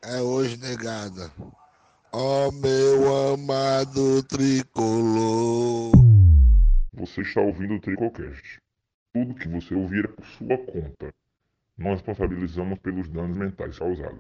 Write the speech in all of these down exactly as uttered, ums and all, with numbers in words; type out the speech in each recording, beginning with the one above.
É hoje, negada. Ó meu amado tricolor. Você está ouvindo o Tricocast. Tudo que você ouvir é por sua conta. Nós responsabilizamos pelos danos mentais causados.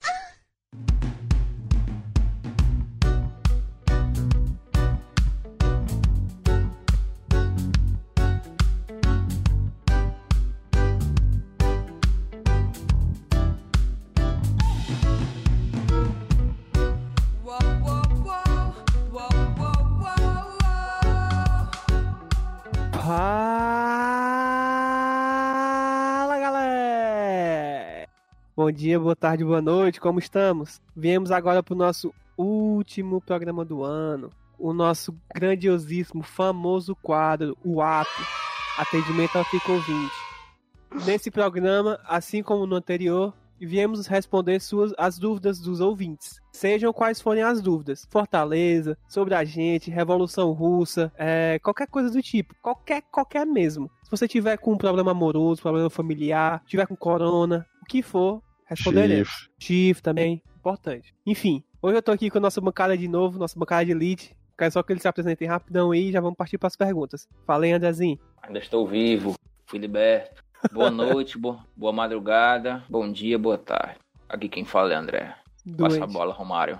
Fala, galera! Bom dia, boa tarde, boa noite, como estamos? Viemos agora para o nosso último programa do ano, o nosso grandiosíssimo, famoso quadro, o Ato, Atendimento ao Fico Ouvinte. Nesse programa, assim como no anterior, viemos responder suas, as dúvidas dos ouvintes. Sejam quais forem as dúvidas. Fortaleza, sobre a gente, Revolução Russa, é, qualquer coisa do tipo. Qualquer, qualquer mesmo. Se você tiver com um problema amoroso, problema familiar, tiver com corona, o que for, responderemos. Chifre. Chifre também, importante. Enfim, hoje eu tô aqui com a nossa bancada de novo, nossa bancada de elite. Quero só que eles se apresentem rapidão aí e já vamos partir para as perguntas. Fala aí, Andrezinho. Ainda estou vivo, fui liberto. Boa noite, bo- boa madrugada, bom dia, boa tarde. Aqui quem fala é André. Passa a Doente. bola, Romário.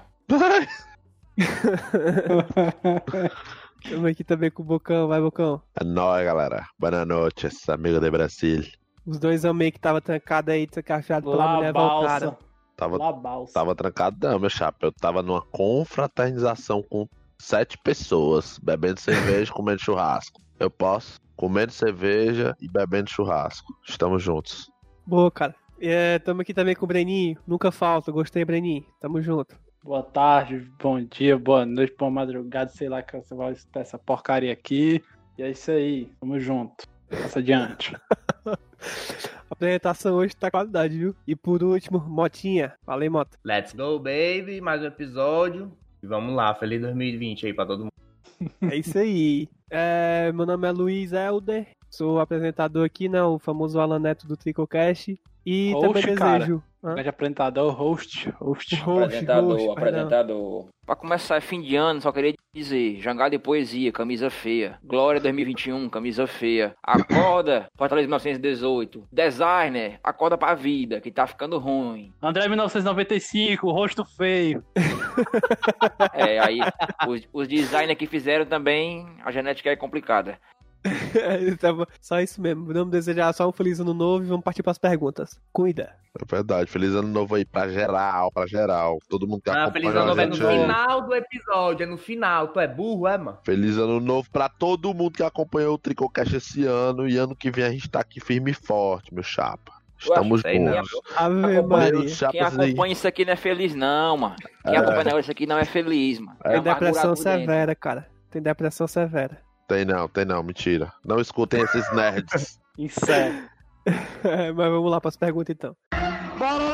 Estamos aqui também com o Bocão, vai, Bocão. É nóis, galera. Boa noite, amigo de Brasil. Os dois homens que tava trancado aí, trancafiado pela Lá mulher voltada. balsa. Tava, Lá balsa. tava trancado não, meu chapa. Eu tava numa confraternização com sete pessoas, bebendo cerveja e comendo churrasco. Eu posso? Comendo cerveja e bebendo churrasco. Estamos juntos. Boa, cara. Estamos aqui também com o Breninho. Nunca falta. Gostei, Breninho. Tamo junto. Boa tarde, bom dia, boa noite, boa madrugada, sei lá que você vai escutar essa porcaria aqui. E é isso aí, tamo junto. Passa adiante. A apresentação hoje tá qualidade, viu? E por último, Motinha. Falei, Mota. Let's go, baby. Mais um episódio. E vamos lá. Feliz dois mil e vinte aí pra todo mundo. É isso aí. É, meu nome é Luiz Helder. Sou apresentador aqui, né? O famoso Alan Neto do Tricocast. E Host, também cara. desejo... Hã? Grande apresentador, host, host. Host, apresentador, host, perdão. apresentador. Pra começar, é fim de ano, só queria dizer: Jangada e Poesia, camisa feia. Glória dois mil e vinte e um, camisa feia. Acorda, Fortaleza mil novecentos e dezoito. Designer, acorda pra vida, que tá ficando ruim. André mil novecentos e noventa e cinco, rosto feio. É, aí, os, os designers que fizeram também, a genética é complicada. Então, só isso mesmo. Vamos desejar só um feliz ano novo e vamos partir pras perguntas. Cuida. É verdade. Feliz ano novo aí pra geral, pra geral. Todo mundo que Ah, acompanha feliz ano novo a é no gente aí. final do episódio. É no final. Tu é burro, é, mano? Feliz ano novo pra todo mundo que acompanhou o Tricocast esse ano. E ano que vem a gente tá aqui firme e forte, meu chapa. Estamos sei não. juntos. Ave Acompanha Maria. Meu Quem chapas aí. acompanha isso aqui não é feliz, não, mano. Quem É. acompanha isso aqui não é feliz, mano. Tem É depressão amargurado por dentro. severa, cara. Tem depressão severa. Tem não, tem não, mentira. Não escutem esses nerds. Inseto. Mas vamos lá para as perguntas então. Bora,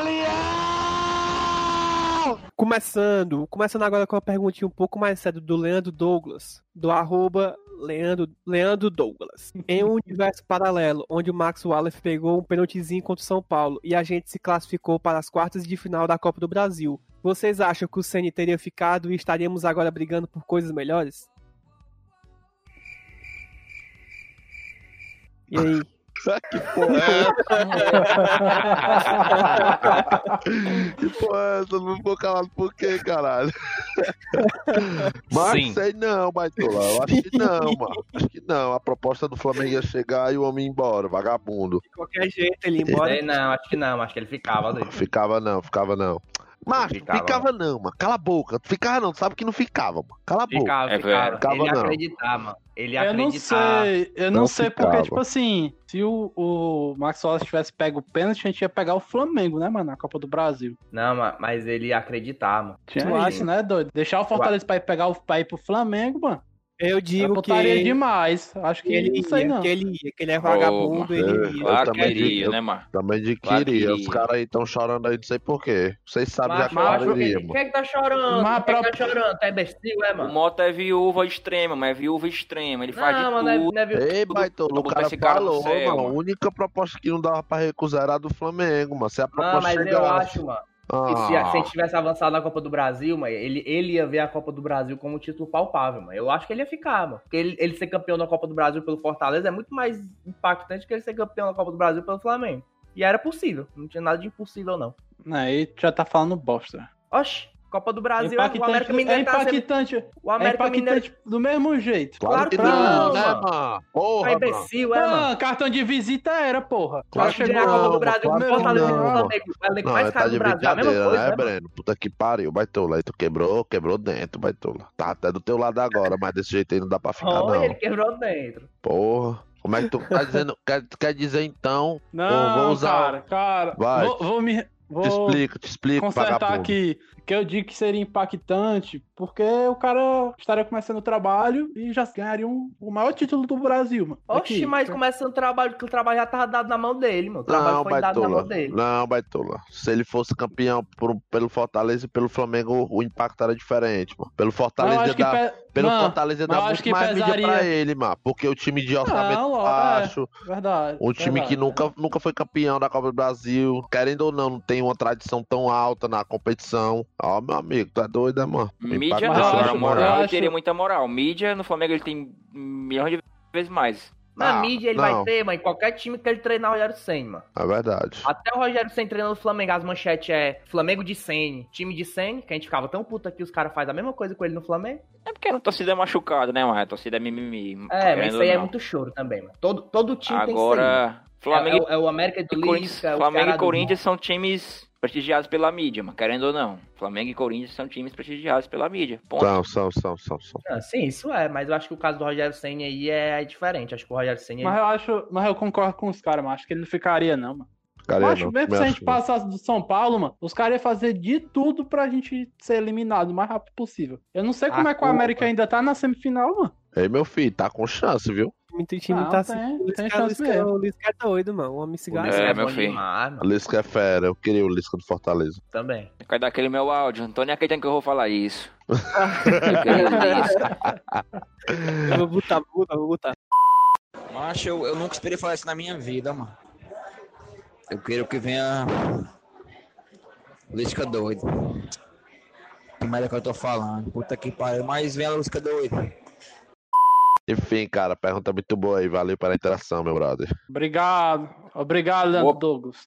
Leão! Começando, começando agora com uma perguntinha um pouco mais séria do Leandro Douglas, do arroba Leandro, Leandro Douglas. Em um universo paralelo, onde o Max Wallace pegou um pênaltizinho contra o São Paulo e a gente se classificou para as quartas de final da Copa do Brasil, vocês acham que o Ceni teria ficado e estaríamos agora brigando por coisas melhores? E aí? Que porra é essa? Que porra é essa? Não vou calado por quê, caralho? Mas Sim. sei não, Baitola. Eu acho que não, mano. Acho que não. A proposta do Flamengo ia chegar e o homem ia embora, vagabundo. De qualquer jeito, ele ia embora. Sei não, acho que não. Acho que ele ficava, doido. Ficava não, ficava não. Mas Ficava. ficava, não, mano. Cala a boca. Ficava não, tu sabe que não ficava, mano. Cala a boca. Ficava, É ficava. Ficava Ele ia não. acreditar, mano. Ele ia Eu não acreditar. sei, eu não, Não sei ficava. porque, tipo assim, se o, o Max Wallace tivesse pego o pênalti, a gente ia pegar o Flamengo, né, mano, na Copa do Brasil. Não, mano, mas ele ia acreditar, mano. Tinha Tu isso, né, doido? Deixar o Fortaleza pra ir pegar o pra ir pro Flamengo, mano. Eu Era digo que putaria demais. Acho que ele não sei ia, não. que ele ia, que ele é vagabundo, Ô, ele mano. ia. Claro também que iria, digo- né, mano? Também de Claro que queria. iria. Os caras aí estão chorando aí, não sei porquê. Vocês sabem já Mas, que mas, eu iria, quem, mano. quem é que tá chorando? Mas Quem é que pra- tá chorando? Tu é imbecil, é, O mano? Mota é viúva extrema, mas é viúva extrema. Ele faz Não, de mano, não é, tudo. não é viu- Ei, Baitola, o Tudo pra cara esse cara no falou, céu, mano. A mano. única proposta que não dava pra recusar era a do Flamengo, mano. Se a Não, proposta mas eu chegasse. acho, mano. E se, Ah, se a gente tivesse avançado na Copa do Brasil, mano, ele, ele ia ver a Copa do Brasil como um título palpável, mano. Eu acho que ele ia ficar, mano. Porque ele, ele ser campeão da Copa do Brasil pelo Fortaleza é muito mais impactante que ele ser campeão da Copa do Brasil pelo Flamengo. E era possível. Não tinha nada de impossível, não. Aí já tá falando bosta. Oxi, Copa do Brasil, Impactante, o América é Mineiro tá sendo... impactante, O é América Mineiro... impactante do mesmo jeito. claro que claro que não, não, né, mano. mano? É Porra, mano. imbecil, é, mano. Ah, cartão de visita era, porra. Claro Acho que que ganhar a Copa não, do Brasil com claro o que Fortaleza e não, o mano. Flamengo. O elenco Não, mais ele tá caro de do Brasil. É a mesma brincadeira, coisa, né, né, mano? Breno? Puta que pariu, Baitola. Aí tu quebrou, quebrou dentro, Baitola. Tá até do teu lado agora, mas desse jeito aí não dá pra ficar, Olha, não. ele quebrou dentro. Porra. Como é que tu tá dizendo? Quer, quer dizer então? Não, vou usar. cara, cara. Vai. Vou, vou me... Vou Te explico, te explico, consertar vagabundo. aqui que eu digo que seria impactante porque o cara estaria começando o trabalho e já ganharia um, o maior título do Brasil, mano. Oxi, Aqui. mas começando o trabalho, que o trabalho já tava dado na mão dele, mano. O trabalho Não, foi dado na Baitola. mão dele. Não, Baitola. Se ele fosse campeão por- pelo Fortaleza e pelo Flamengo, o impacto era diferente, mano. Pelo Mas eu Fortaleza acho ia que dar, pe... pelo Mano, Fortaleza ia mas dar eu acho muito que mais mídia pesaria- pra ele, mano. Porque o time de orçamento Não, baixo, verdade. um time que verdade. nunca, nunca foi campeão da Copa do Brasil, querendo ou não, não tem uma tradição tão alta na competição. Ó, meu amigo, tá doido, né, mano? O Mídia impacto não, eu é agora acho- moral eu ele acho- teria muita moral. Mídia no Flamengo ele tem milhões de vezes mais. Na Ah, mídia ele não. vai ter, mano, em qualquer time que ele treinar o Rogério Ceni, mano. É verdade. Até o Rogério Ceni treinando o Flamengo, as manchetes é Flamengo de Ceni, time de Ceni, que a gente ficava tão puta que os caras fazem a mesma coisa com ele no Flamengo. É porque a torcida é machucada, né, mano? A torcida é mimimi. É, mas querendo isso aí ou é não. muito choro também, mano. Todo, todo time tem Agora, isso Flamengo aí. É, é, o- é o América e do Corinthians, Lisca, o Flamengo Ceará e do Corinthians são times prestigiados pela mídia, mano. Querendo ou não. Flamengo e Corinthians são times prestigiados pela mídia. Ponto. São, são, são, são, são. Ah, sim, isso é, mas eu acho que o caso do Rogério Ceni aí é diferente. Acho que o Rogério Ceni Mas eu acho, mas eu concordo com os caras, mas acho que ele não ficaria, não, mano. Cara, Eu acho não, mesmo me se a gente acho, passasse do São Paulo, mano, os caras iam fazer de tudo pra gente ser eliminado o mais rápido possível. Eu não sei como A é que o América ainda tá na semifinal, mano. Ei, meu filho, tá com chance, viu? Muito time Não, tá tem- assim. O tem Lisca- chance o Lisca- mesmo. o Lisca é doido, mano. O homem se O gasta. Lisca É, é, meu bom filho. demais, O mano. Lisca é fera, eu queria o Lisca do Fortaleza. Também. Vai dar aquele meu áudio. Não tô nem acreditando que eu vou falar isso. Eu queria o Lisca. Eu vou botar, vou botar, vou botar. Macho, eu, eu nunca esperei falar isso na minha vida, mano. Eu quero que venha Lisca doido. Que merda que eu tô falando. Puta que pariu, mas vem a Lisca doido. Enfim, cara, pergunta muito boa aí. Valeu pela interação, meu brother. Obrigado. Obrigado, Leandro Opa. Douglas.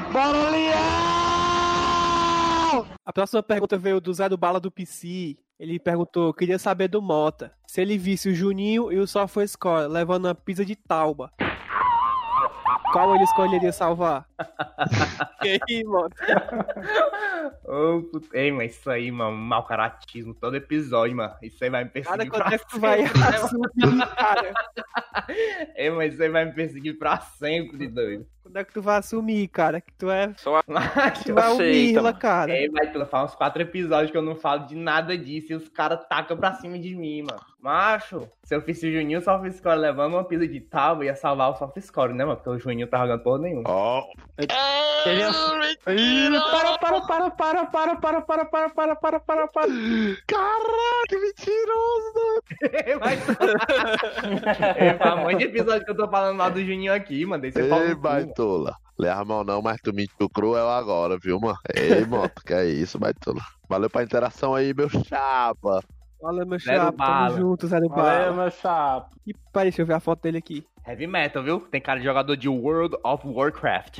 A próxima pergunta veio do Zé do Bala do P C. Ele perguntou, queria saber do Mota, se ele visse o Juninho e o SofaScore levando uma pizza de tauba, qual ele escolheria salvar? E aí, Mota? Ô, puta- Ei, mas isso aí, mano, mau caratismo todo episódio, mano. Isso aí vai me Cara, perseguir quando pra é que tu vai sempre, né, mano? assumir, cara? Ei, mas isso aí vai me perseguir pra sempre, doido. Quando é que tu vai assumir, cara? Que tu é, Só a... Mas, tu é o Aceita, Mirla, mano. cara. Ei, vai, tu faz uns quatro episódios que eu não falo de nada disso e os caras tacam pra cima de mim, mano. Macho, se eu fosse o Juninho, o SofaScore levando uma pizza de tábua, ia salvar o SofaScore, né, mano? Porque o Juninho tá jogando porra nenhuma. Ó, Ele é... Ih, para, para, para, para, para, para, para, para, para, para, para, para. caraca, mentiroso, doido. Mas... Ei, faz um monte de episódio que eu tô falando mal do Juninho aqui, mano. Daí você fala Ei, no cu, mano. Baitola. Leva a mão não, mas tu mentiu cruel agora, viu, mano? Ei, moto, que é isso, Baitola. Valeu pra interação aí, meu chapa. Olha, meu Zero chapa, bala. tamo junto, Zé do Valeu, Bala. meu chapa. E peraí, deixa eu ver a foto dele aqui. Heavy metal, viu? Tem cara de jogador de World of Warcraft.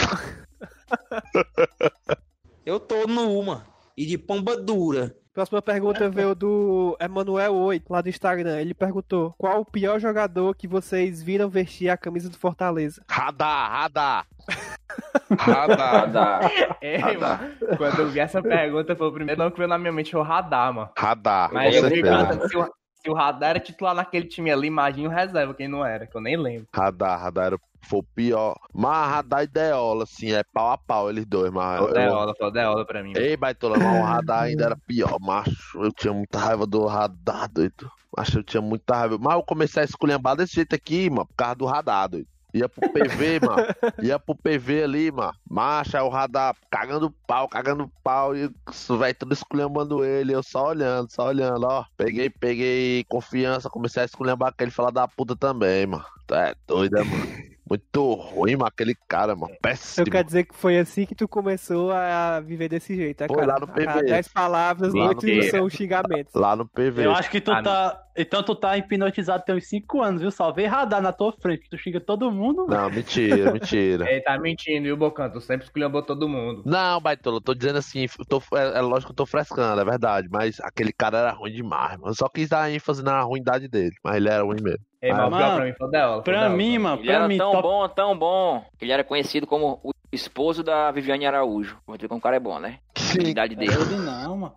Eu tô numa. E de pomba dura. Próxima pergunta veio do Emanuel oito, lá do Instagram. Ele perguntou, qual o pior jogador que vocês viram vestir a camisa do Fortaleza? Radar, radar. Radar. Dá. Ei, Radar. mano, quando eu vi essa pergunta, foi o primeiro nome que veio na minha mente, foi o Radar, mano. Radar, Mas com eu fiquei certeza. pensando, se o, se o Radar era titular naquele time ali, imagina o reserva, quem não era, que eu nem lembro. Radar, radar era, foi o pior. Mas radar e Deola, assim, é pau a pau eles dois, mas... Foi o eu- Deola, foi o Deola pra mim. Ei, Baitola, mas o radar ainda era pior, macho. Eu tinha muita raiva do radar, doido. Macho, eu tinha muita raiva. Mas eu comecei a esculhambar desse jeito aqui, mano, por causa do radar, doido. Ia pro P V, mano. Ia pro P V ali, mano. Macho, aí o radar cagando pau, cagando pau. E o velho tudo esculhambando ele. Eu só olhando, só olhando, ó. Peguei, peguei confiança. Comecei a esculhambar aquele fala da puta também, mano. Tu é doido, é, mano. Muito ruim, mano, aquele cara, mano. Péssimo. Eu quero dizer que foi assim que tu começou a viver desse jeito, né, Foi cara? lá no P V. A cada dez palavras, Lá no oito P V. são xingamentos. Lá no P V. Eu acho que tu Ah, tá. Então tu tá hipnotizado tem uns cinco anos, viu? Só vem radar na tua frente, que tu xinga todo mundo. Não, mentira, mentira. Ele tá mentindo, viu, Bocan? Tu sempre esculhambou todo mundo. Não, Baitola, eu tô dizendo assim, eu tô, é, é lógico que eu tô frescando, é verdade, mas aquele cara era ruim demais, mano. Eu só quis dar ênfase na ruindade dele, mas ele era ruim mesmo. Ei, mas Ah, o pior mano, pra mim foi o Deola. foi o Pra Deola. mim, mano, Ele pra era mim, tão top... bom, tão bom, que ele era conhecido como o esposo da Viviane Araújo. Vou dizer que um cara é bom, né? A idade dele. Ele não, mano.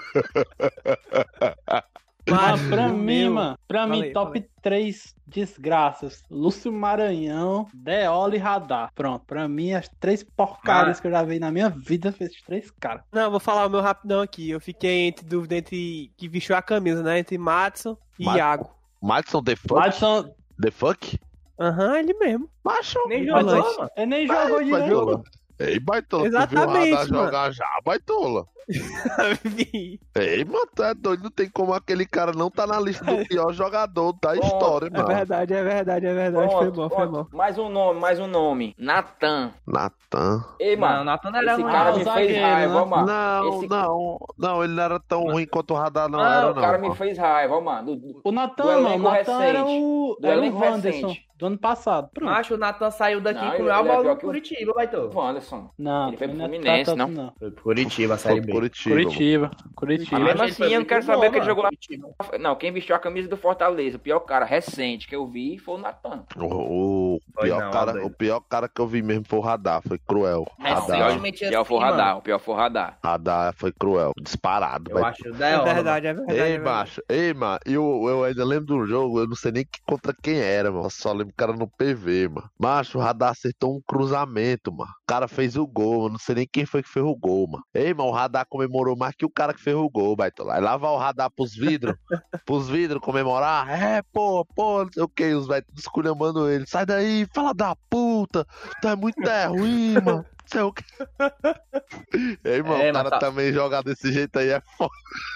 Mas, Mano, pra meu, mim, mano, pra Fala mim, aí, top fala três desgraças. Lúcio Maranhão, Deola e Radar. Pronto, pra mim, as três porcarias Mas- que eu já vi na minha vida foi esses três caras. Não, vou falar o meu rapidão aqui. Eu fiquei entre dúvida entre que vestiu a camisa, né? Entre Madison e Madison. Iago. Madison The Fuck? Madison, The Fuck? Aham, ele mesmo. Macho. Nem Volante. jogou, mano. ele nem jogou direito. Baitola. Ei, Baitola, tu viu o Exatamente, Radar mano. jogar já, Baitola. Ei, mano, tu é doido, não tem como aquele cara não tá na lista do pior jogador da Bom, história, É mano. verdade, é verdade, é verdade. Foi Pronto, bom, foi pronto. bom. Mais um nome, mais um nome. Natan. Natan. Ei, Mano, o mano, Nathan não era esse ruim. cara Ah, me o fez zagueiro, raiva, né? ó, mano. Não, Esse- não, não, ele não era tão ruim quanto o Radar, não Não, era, o não. cara me mano. fez raiva, ó, mano. Do- do- O Do Natan, mano, o elenco Natan era recente. o, Do era o elenco Wanderson recente. do ano passado. Pronto. Macho, o Nathan saiu daqui Não, e comeu ele- a ele é bola pior do que o- Curitiba, vai todo. O Anderson. Não, Ele foi pro não é Fluminense, tanto, não? Foi pro Curitiba, a Foi Série pro B. Curitiba. mano. Curitiba, Curitiba. Mesmo Mas ele assim, foi eu não muito quero bom, saber que ele mano, jogou lá. Curitiba. Não, quem vestiu a camisa do Fortaleza, o pior cara recente que eu vi foi o Natan. O, o Foi pior não, cara, doido. o pior cara que eu vi mesmo foi o Radar, foi cruel. Radar, Recentemente O pior foi o assim, Radar, mano. o pior foi o Radar. Radar foi cruel, disparado. Eu vai- acho o É Deola. verdade, é verdade. é Ei, verdade. macho, ei, mano, eu, eu ainda lembro do jogo, eu não sei nem que contra quem era, mano. Só lembro que era no P V, mano. Macho, o Radar acertou um cruzamento, mano. O cara fez o gol, eu não sei nem quem foi que fez o gol, mano. Ei, mano, o Radar comemorou mais que o cara que fez o gol, Baitola. Aí lá vai o Radar pros vidros, pros vidros comemorar. É, pô, pô, não sei o que, os velhos tudo esculhambando ele. Sai daí, fala da puta, tu é muito é ruim, mano. Não sei o que. Ei, mano, É, o mas cara tá- também jogar desse jeito aí é foda.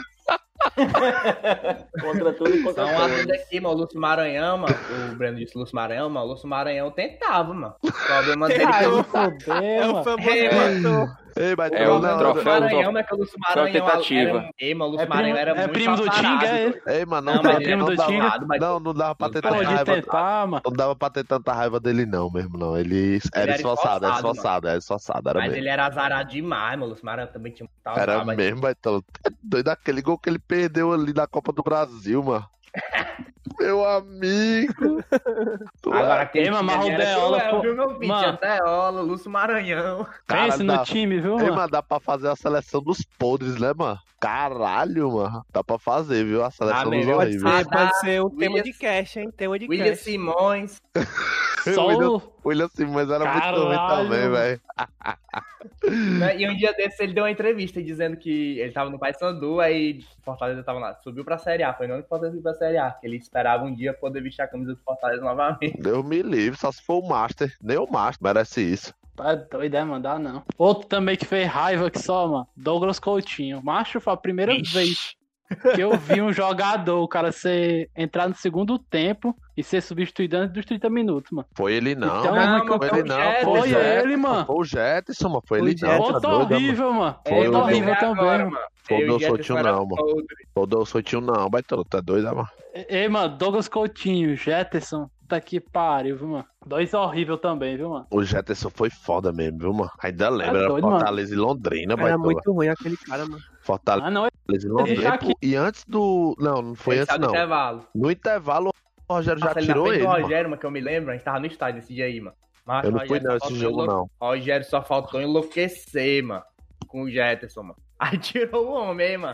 Contra tudo e contra Só um adendo todos. aqui, mano. O Lúcio Maranhão, mano. O Breno disse Lúcio Maranhão, mano. O Lúcio Maranhão tentava, mano. O problema dele é que Ai, o eu Lúcio foder, É o mano. famoso Ei, diretor. Ei, mas É tu o não- troféu. Maranhão, mas que o Lúcio Maranhão tentativa. era... Ei, mano, o É Lúcio Maranhão primo, era é muito primo do azarado, Tinga, é ele? doido. Ei, mano, não, Não, dá- mas ele primo não do dava, Tinga. mas- não, não dava pra ter tanta Pode raiva. tentar, mano. Não dava pra ter tanta raiva dele, não, mesmo, não. Ele era era esforçado, era esforçado, esforçado, era esforçado, era Mas mesmo. ele era azarado demais, mano. O Lúcio Maranhão também tinha muito Era azar, mas- mesmo, então. É doido aquele gol que ele perdeu ali na Copa do Brasil, mano. Meu amigo. Tu Agora é- aquele Ei, mas time o ali era Deola, cruel, pô- viu, meu filho? Mano. Tinha Deola, Lúcio Maranhão. Cara, Pense dá- no time, viu, Ei, mano? mano, dá pra fazer a seleção dos podres, né, mano? Caralho, mano. Dá pra fazer, viu? A seleção Ah, dos melhor Pode horríveis. ser, Radar, pode ser um tema William- de cash, hein? Tema de William cash. Simões. Só William, o... William Simões era muito ruim Caralho, também, mano. velho. Né? E um dia desse ele deu uma entrevista dizendo que ele tava no Paysandu, aí Fortaleza tava lá, subiu pra Série A, foi no ano que Fortaleza subiu pra Série A, que ele esperava um dia poder vestir a camisa do Fortaleza novamente. Deus me livre, só se for o Master. Nem o Master merece isso. Tá doido, é, mandar não. Outro também que fez raiva que só, mano. Douglas Coutinho. Macho, foi a primeira vez que eu vi um jogador, o cara ser, entrar no segundo tempo e ser substituído antes dos trinta minutos, mano. Foi ele não, Então, mano. Não, mas Foi foi ele o não. Jetson. Foi o Foi Jetson, ele, mano. Foi o Jetson, mano. Foi Foi ele o não. Jetson. tá Outro doido, mano. horrível, mano. Foi Ei, o Outro vou horrível ver também, agora, mano. Foi o Eu e Deus Jetson Coutinho era não, mano. podre. Foi o Deus Coutinho não, Baitola. Tá doido, mano. Ei, mano, Douglas Coutinho, Jetson. Tá que pariu, viu, mano? Dois horrível também, viu, mano? O Jetson foi foda mesmo, viu, mano? Ainda lembro, era doido, Fortaleza e Londrina, Era Baitola. muito ruim aquele cara, mano. Fortaleza Ah, não, e Londrina. já que- E antes do... Não, não foi Ele antes, saiu do não. intervalo. No intervalo, o Rogério já Nossa, tirou na frente ele, do mano. Rogério, mano, que eu me lembro, a gente tava no estádio esse dia aí, mano. Mas Eu não o fui Rogério não, só esse faltou jogo, enlou- não. O Rogério só faltou enlouquecer, mano, com o Jetson, mano. Aí tirou o homem, hein, mano.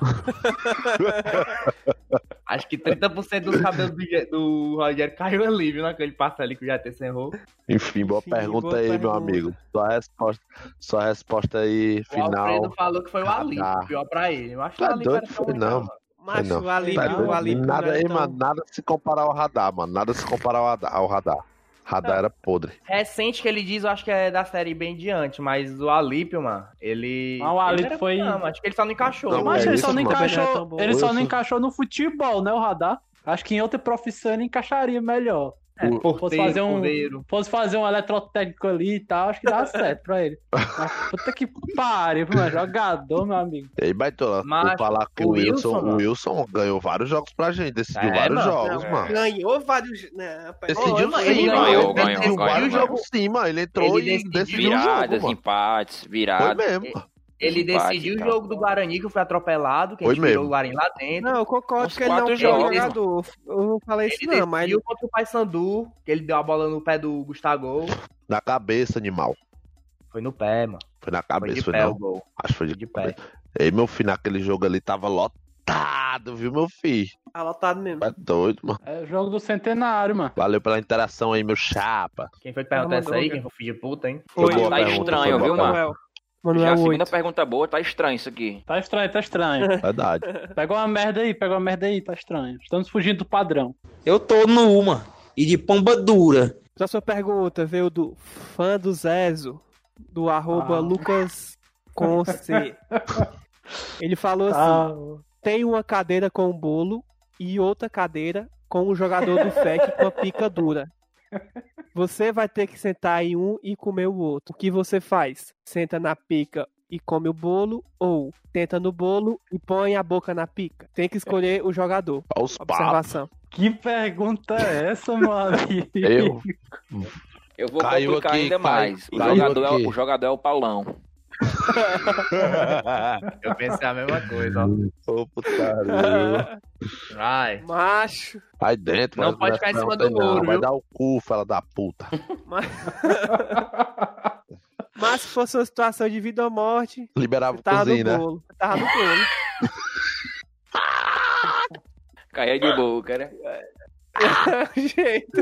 Acho que trinta por cento dos cabelos do, Je- do Rogério caiu ali, viu, naquele passo ali que o Jetson errou. Enfim, boa Enfim, pergunta boa aí, meu pergunta. amigo. Sua resposta, sua resposta aí, O Alfredo final. falou que foi o Ali, Ah. pior pra ele. Eu acho que Tá o Ali doido, era tão foi ruim, não. mano. Macho, não. o Ali, Tá o doido? Ali não nada, era aí, tão- mano, nada se comparar ao radar, mano. Nada se comparar ao radar. Ao radar. Radar era podre. Recente que ele diz, eu acho que é da série bem diante, mas o Alípio, mano, ele. Ah, o ele Alípio era foi- bom, Não, acho que ele só não encaixou. Não, Mas é ele isso, só não mano. encaixou, Também não é tão bom. ele só não Isso. encaixou no futebol, né, o Radar? Acho que em outra profissão ele encaixaria melhor. É, Fosse porteiro, fazer um, goleiro. fosse fazer um eletrotécnico ali e tal, acho que dava certo pra ele. Mas puta que pariu, mano. Jogador, meu amigo. E aí, Baitola, vou Macho, falar que o o Wilson, Wilson, o mano. Wilson ganhou vários jogos pra gente, decidiu É, vários mano. jogos, Não, mano. Ganhou vários. Não, rapaz. Decidiu Ô, mano, sim, ele mano. ganhou, Ele ganhou, decidiu ganhou, vários ganhou. jogos sim, mano. Ele entrou Ele e decidiu decidiu o jogo, Viradas, mano. empates, Foi viradas. mesmo, mano. Ele Empate, decidiu o então. jogo do Guarani, que foi atropelado, que a Foi gente tirou mesmo. o Guarani lá dentro. Não, eu concordo Uns que ele não quatro é um jogos, jogador. Eu não falei isso, Ele não, mas. decidiu contra o Paysandu, que ele deu a bola no pé do Gustavo. Na cabeça, animal. Foi no pé, mano. Foi na Foi cabeça, de foi, pé o não? gol. Acho que foi de, De pé. Ei, meu filho, naquele jogo ali tava lotado, viu, meu filho? Tá lotado mesmo. É doido, mano. É o jogo do centenário, mano. Valeu pela interação aí, meu chapa. Quem foi que perguntou Ah, essa mandou, aí? cara. Quem foi filho de puta, hein? Foi Foi, boa tá pergunta, estranho, foi boa viu, pergunta. mano? Manuel. Já a Manuel segunda oito. pergunta boa, tá estranho isso aqui. Tá estranho, tá estranho. Verdade. Pega uma merda aí, pega uma merda aí, tá estranho. Estamos fugindo do padrão. Eu tô numa. E de pomba dura. A sua pergunta veio do fã do Zezo, do arroba Ah. Lucas com C. Ele falou assim: Ah, tem uma cadeira com bolo e outra cadeira com o jogador do F E C com a pica dura. Você vai ter que sentar em um e comer o outro. O que você faz? Senta na pica e come o bolo ou tenta no bolo e põe a boca na pica? Tem que escolher o jogador. Olha os papos. Observação. que pergunta é essa, meu amigo? Eu. Eu vou Caiu complicar aqui, ainda cai- mais. O caiu jogador, é, aqui. o jogador é o Paulão. Eu pensei a mesma coisa, ó. Ô, putaria. Vai. Macho. Vai dentro, Não mas pode vai- ficar em cima não do tem não, muro, Vai viu? dar o cu, fela da puta. Mas... Mas se fosse uma situação de vida ou morte, Liberava você o tava cozinho, no né? bolo. Você tava no bolo. Caia de boca, né? Jeito.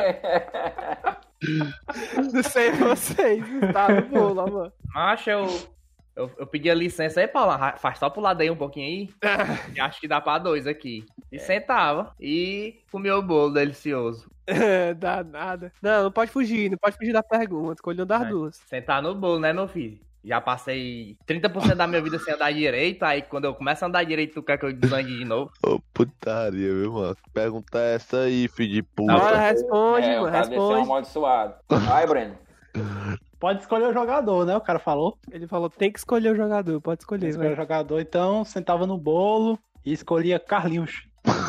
Não sei vocês. Tá no bolo, ó, mano. Macho, eu, eu, eu pedi a licença aí, Paulo. Faz só pro lado aí um pouquinho aí. Que acho que dá pra dois aqui. E sentava. E comia o bolo delicioso. Dá nada. Não, não pode fugir. Não pode fugir da pergunta. Escolha uma das Vai. duas. Sentar no bolo, né, meu filho? Já passei trinta por cento da minha vida sem andar direito. Aí quando eu começo a andar direito, tu quer que eu desangue de novo? Ô, putaria, viu, mano? Pergunta é essa aí, filho de puta. Bora, responde, É, o mano. cara desceu Responde. amaldiçoado. Vai, Breno. Pode escolher o jogador, né? O cara falou. Ele falou: tem que escolher o jogador. Pode escolher, Escolher o vai. jogador, então sentava no bolo e escolhia Carlinhos.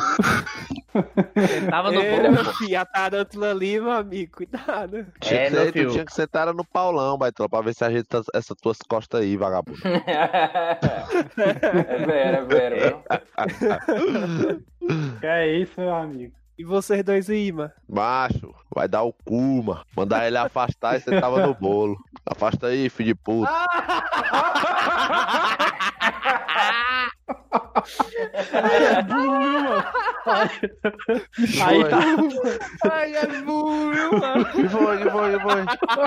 Sentava no Ei, bolo. meu filho, a tarântula ali, meu amigo. Cuidado. Tinha, É, que meu ser, tu filho. tinha que sentar era no Paulão, Baitola, pra ver se ajeita essas tuas costas aí, vagabundo. É vera, é vera, viu? Que é isso, meu amigo. E vocês dois aí, mano? Macho, vai dar o cu, mano. Mandar ele afastar e você tava no bolo. Afasta aí, filho de puta. É burro, viu, mano? Aí tá. Ai, é burro, mano. Que foi, que foi, que foi?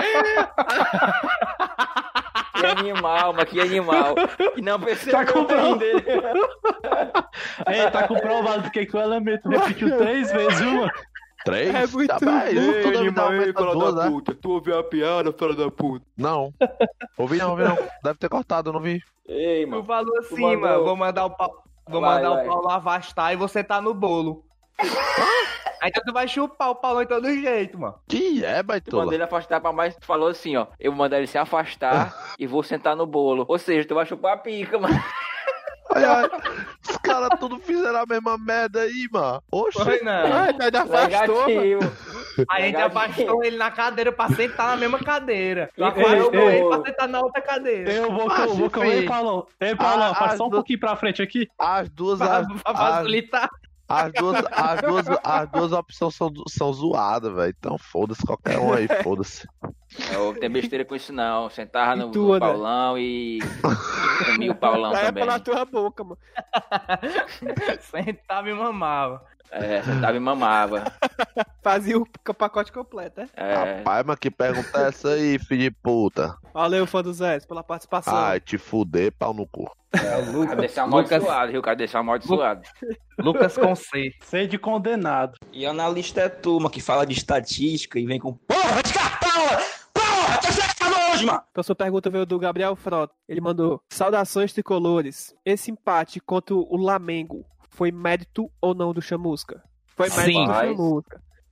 Que animal, mas que animal. E não percebeu Tá comprando. dele. Ei, tá comprovado porque que o elemento repetiu três vezes, viu, mano? Três? É muito Tá bem, bom. toda vida aumenta duas, né? puta. Tu ouviu a piada, filho da puta? Não. Ouvi não, ouvi não. Deve ter cortado, eu não vi. Ei, Tu mano. falou assim, mandou. mano. Vou mandar o pau. Vou Vai, mandar vai. o Paulo afastar e você tá no bolo. Aí então tu vai chupar o Paulo em todo jeito, mano. Que é, Tu mandou Baitola? ele afastar pra mais. Tu falou assim, ó. Eu vou mandar ele se afastar e vou sentar no bolo. Ou seja, tu vai chupar a pica, mano. Ai, ai. Os caras tudo fizeram a mesma merda aí, mano. Oxe. Foi não. Ai, nós afastou, mano. Negativo. Aí a gente Negativo. afastou ele na cadeira pra sentar na mesma cadeira. Tu Ei, afastou ei, ele ei. pra sentar na outra cadeira. Eu vou, Ah, eu vou se com ele, fez. Paulão. Ei, Paulão, Ah, faz ah, só um do- pouquinho pra frente aqui. As duas, Pra, as, pra as, facilitar. as duas, as duas, as duas opções são, são zoadas, velho. Então foda-se qualquer um aí, foda-se. Eu não tenho besteira com isso, não. Sentava E no, tu, no André? Paulão e comia o Paulão Sai também. pela tua boca, mano. Sentava e mamava. É, sentava e mamava. Fazia o pacote completo, né? É, Rapaz, mas que pergunta é essa aí, filho de puta? Valeu, fã do Zé, pela participação. Ai, te fuder, pau no cu. É o o cara desceu Lucas, amaldiçoado, viu? O cara desceu amaldiçoado. Lucas com C. Sei de condenado. E analista é turma que fala de estatística e vem com porra de cartola! Porra, tu é longe, mano! Então, sua pergunta veio do Gabriel Frota. Ele mandou: saudações tricolores. Esse empate contra o Flamengo foi mérito ou não do Chamusca? Foi mérito Sim. do Mas- Chamusca.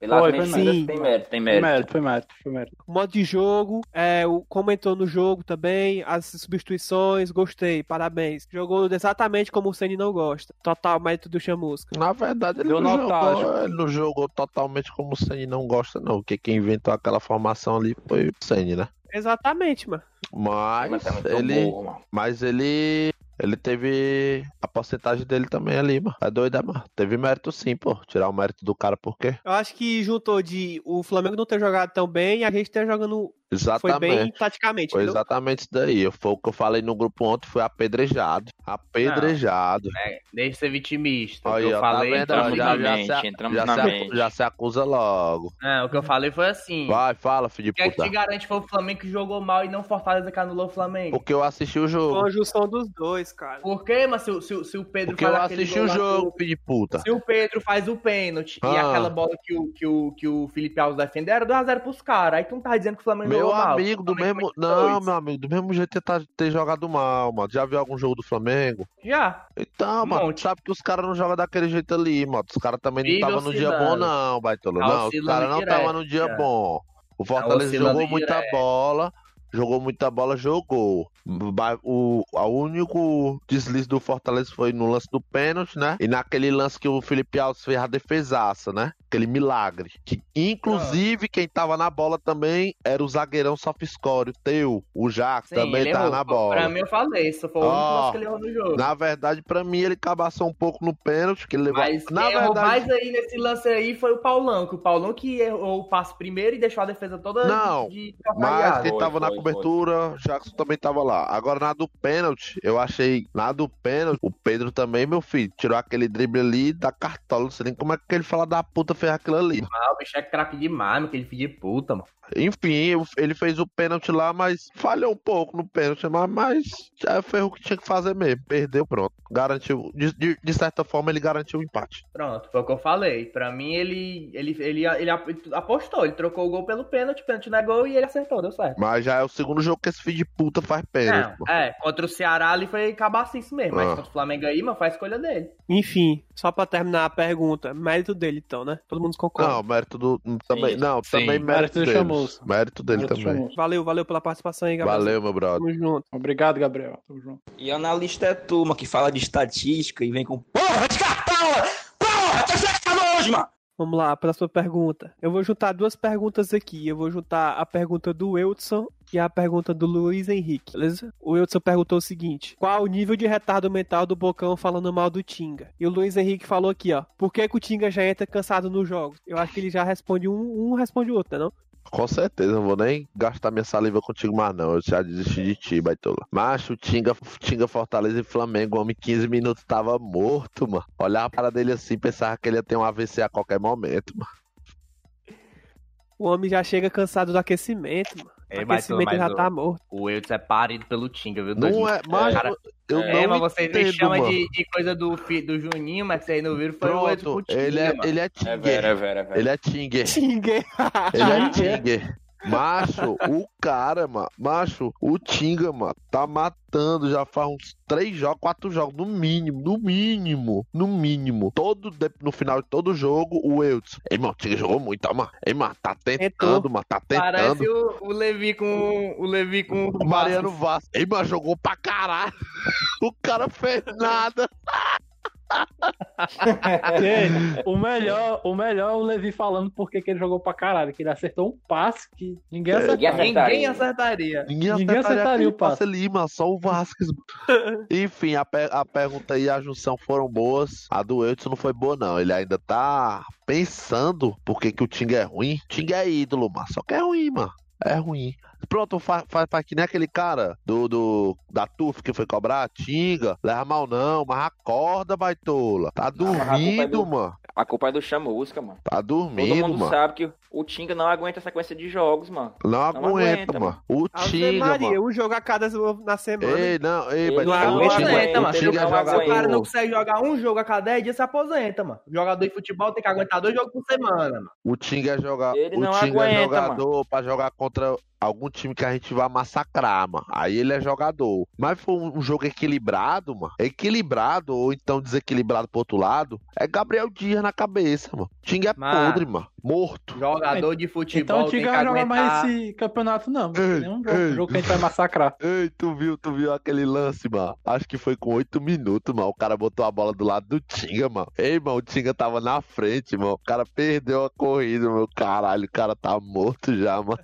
Pelas Foi, foi mentiras, mérito. tem mérito, tem Foi mérito. mérito, foi mérito, foi mérito. O modo de jogo, é, o, como entrou no jogo também, as substituições, gostei, parabéns. Jogou exatamente como o Ceni não gosta. Total mérito do Chamusca. Na verdade, ele Deu não, nostálgico. jogou, ele não jogou totalmente como o Ceni não gosta, não. Porque quem inventou aquela formação ali foi o Ceni, né? Exatamente, mano. Mas Mas é muito ele. burro, mano. Mas ele. Ele teve a porcentagem dele também ali, mano. É doida, mano. Teve mérito sim, pô. Tirar o mérito do cara por quê? Eu acho que juntou de o Flamengo não ter jogado tão bem e a gente ter jogando. Foi bem Exatamente. taticamente. Foi entendeu? exatamente isso daí. Foi o que eu falei no grupo ontem, foi apedrejado. Apedrejado. É, deixa de ser vitimista. O Aí, que eu ó, tá falei. vendo? entramos Ó, na já, já, mente, se, entramos já, na se, acu- mente. já se acusa logo. Não, o que eu falei foi assim. Vai, fala, filho O de que é que puta. te garante foi o Flamengo que jogou mal e não Fortaleza que anulou o Flamengo? Porque eu assisti o jogo. Conjunção dos dois, cara. Por quê, mas se, o- se, o- se o Pedro Porque eu faz aquele assisti gol o lá jogo, que filho de puta. o- Se o Pedro faz o pênalti e Ah. aquela bola que o, que o, que o Felipe Alves defendeu era dois a zero pros caras. Aí tu não tá dizendo que o Flamengo Meu jogou mal. amigo, O do Flamengo mesmo. meteu Não, dois. meu amigo, do mesmo jeito que tá, ter jogado mal, mano. Já viu algum jogo do Flamengo? Já. Então, Um mano, monte. sabe que os caras não jogam daquele jeito ali, mano. Os caras também não Vive estavam no dia oscilando. bom, não, Baitola. Tá Não, os oscilando caras não estavam direto, no dia cara. bom. O Fortaleza oscilando jogou muita direto. bola. Jogou muita bola, jogou. Ba- O, o único deslize do Fortaleza foi no lance do pênalti, né? E naquele lance que o Felipe Alves fez a defesaça, né? Aquele milagre. Que, inclusive, quem tava na bola também era o zagueirão Sofiscore, o teu, o Jacques, Sim, também ele tava errou. na bola. Pra mim eu falei, isso foi o único Ó, lance que ele errou no jogo. Na verdade, pra mim, ele cabaçou um pouco no pênalti, que ele levou. Mas na quem errou verdade, mais aí nesse lance aí foi o Paulão, que o Paulão que errou o passe primeiro e deixou a defesa toda Não, de mas atrapalhada. quem Foi, tava na foi, cobertura, Jackson também tava lá. Agora, na do pênalti, eu achei. Na do pênalti, o Pedro também, meu filho, tirou aquele drible ali da cartola. Não sei nem como é que aquele fala da puta fez aquilo ali. Ah, o bicho é craque demais, meu, aquele filho de puta, mano. Enfim, eu- ele fez o pênalti lá, mas falhou um pouco no pênalti, mas, mas já fez o que tinha que fazer mesmo. Perdeu, pronto. Garantiu. De, de- de certa forma, ele garantiu o empate. Pronto, foi o que eu falei. Pra mim, ele, ele, ele, ele apostou, ele trocou o gol pelo pênalti, o pênalti não é gol e ele acertou, deu certo. Mas já é o segundo jogo que esse filho de puta faz pênalti. Não, pô. é, contra o Ceará ali foi cabacice mesmo, mas Ah. contra o Flamengo aí, mano, foi a escolha dele. Enfim, só pra terminar a pergunta, mérito dele então, né? Todo mundo concorda. Não, mérito do. Também, não, sim. também mérito, Mérito do dele. Chamusca. Mérito dele Mérito também. chamou. Valeu, valeu pela participação aí, Gabriel. Valeu, meu brother. Tamo junto. Obrigado, Gabriel. Tamo junto. E analista é turma que fala de estatística e vem com porra de cartola! Porra, tá sacanagem, mano! Vamos lá, próxima pergunta. Eu vou juntar duas perguntas aqui. Eu vou juntar a pergunta do Wilson e a pergunta do Luiz Henrique, beleza? O Wilson perguntou o seguinte: qual o nível de retardo mental do Bocão falando mal do Tinga? E o Luiz Henrique falou aqui, ó: por que, que o Tinga já entra cansado nos jogos? Eu acho que ele já responde um, um responde o outro, né não? Com certeza, não vou nem gastar minha saliva contigo mais, não. Eu já desisti de ti, baitola. Macho, Tinga, Tinga, Fortaleza e Flamengo, o homem, quinze minutos tava morto, mano. Olhava para dele assim, pensava que ele ia ter um A V C a qualquer momento, mano. O homem já chega cansado do aquecimento, mano. O É, mas- aquecimento mas já o- tá morto. O Wilson é parido pelo Tinga, viu? Não é, mas cara, eu é, não mas vocês me entendo, chamam mano. de, de coisa do, fi- do Juninho, mas vocês não viram, foi o Wilson Pronto, pro Tinga, ele é, mano. ele é É Tinga. vera, é vera, é vera. Ele é Tinga. Tinga. Ele é Tinga. Macho, o cara, mano, macho, o Tinga, mano, tá matando já faz uns três jogos, quatro jogos, no mínimo, no mínimo, no mínimo. Todo, de- no final de todo jogo, o Eudson. Ei, mano, o Tinga jogou muito, ó, mano. Ei, mano, tá tentando, mano, tá Parece tentando. o, o Levi com o Levi com O Mariano Vasco. Ei, mano, jogou pra caralho. O cara fez nada. Ei, o melhor, o melhor é o Levi falando porque que ele jogou pra caralho, que ele acertou um passe que ninguém acertou. Ninguém acertaria. Ninguém acertaria. Ninguém, Ninguém acertaria aquele o passe. ali, mano, só o Vasquez. Enfim, a, pe- a pergunta e a junção foram boas. A do Eudson não foi boa, não. Ele ainda tá pensando por que, que o Tinga é ruim. O Tinga é ídolo, mano. Só que é ruim, mano. É ruim. Pronto, faz, faz, faz que nem aquele cara do, do, da T U F que foi cobrar, Tinga. Leva mal não, mas acorda, baitola. Tá mas a culpa é dormindo, do- mano. A culpa é do Chamusca, mano. Tá Todo dormindo, mundo mano. sabe que O Tinga não aguenta a sequência de jogos, mano. Não, Não aguenta, aguenta, mano. O Ave Tinga, Maria, mano. um jogo a cada na semana. Ei, não, ei, Ele mas não o aguenta, Tinga, aguenta, o mano. Tinga Ele não joga Se o cara aguenta. não consegue jogar um jogo a cada dez dias, se aposenta, mano. Jogador de futebol tem que aguentar dois jogos por semana, mano. O Tinga é jogar. Ele O não Tinga é aguenta, jogador pra jogar contra algum time que a gente vai massacrar, mano. Aí ele é jogador. Mas foi um, um jogo equilibrado, mano. Equilibrado, ou então desequilibrado pro outro lado, é Gabriel Dias na cabeça, mano. O Tinga é Mano. podre, mano. Morto. Jogador de Então futebol o tem Tinga que vai jogar mais aguentar. esse campeonato, não. Ei, Nenhum jogo, ei. jogo que a gente vai massacrar. Ei, tu viu, tu viu aquele lance, mano? Acho que foi com oito minutos, mano. O cara botou a bola do lado do Tinga, mano. Ei, mano, o Tinga tava na frente, mano. O cara perdeu a corrida, meu caralho. O cara tá morto já, mano.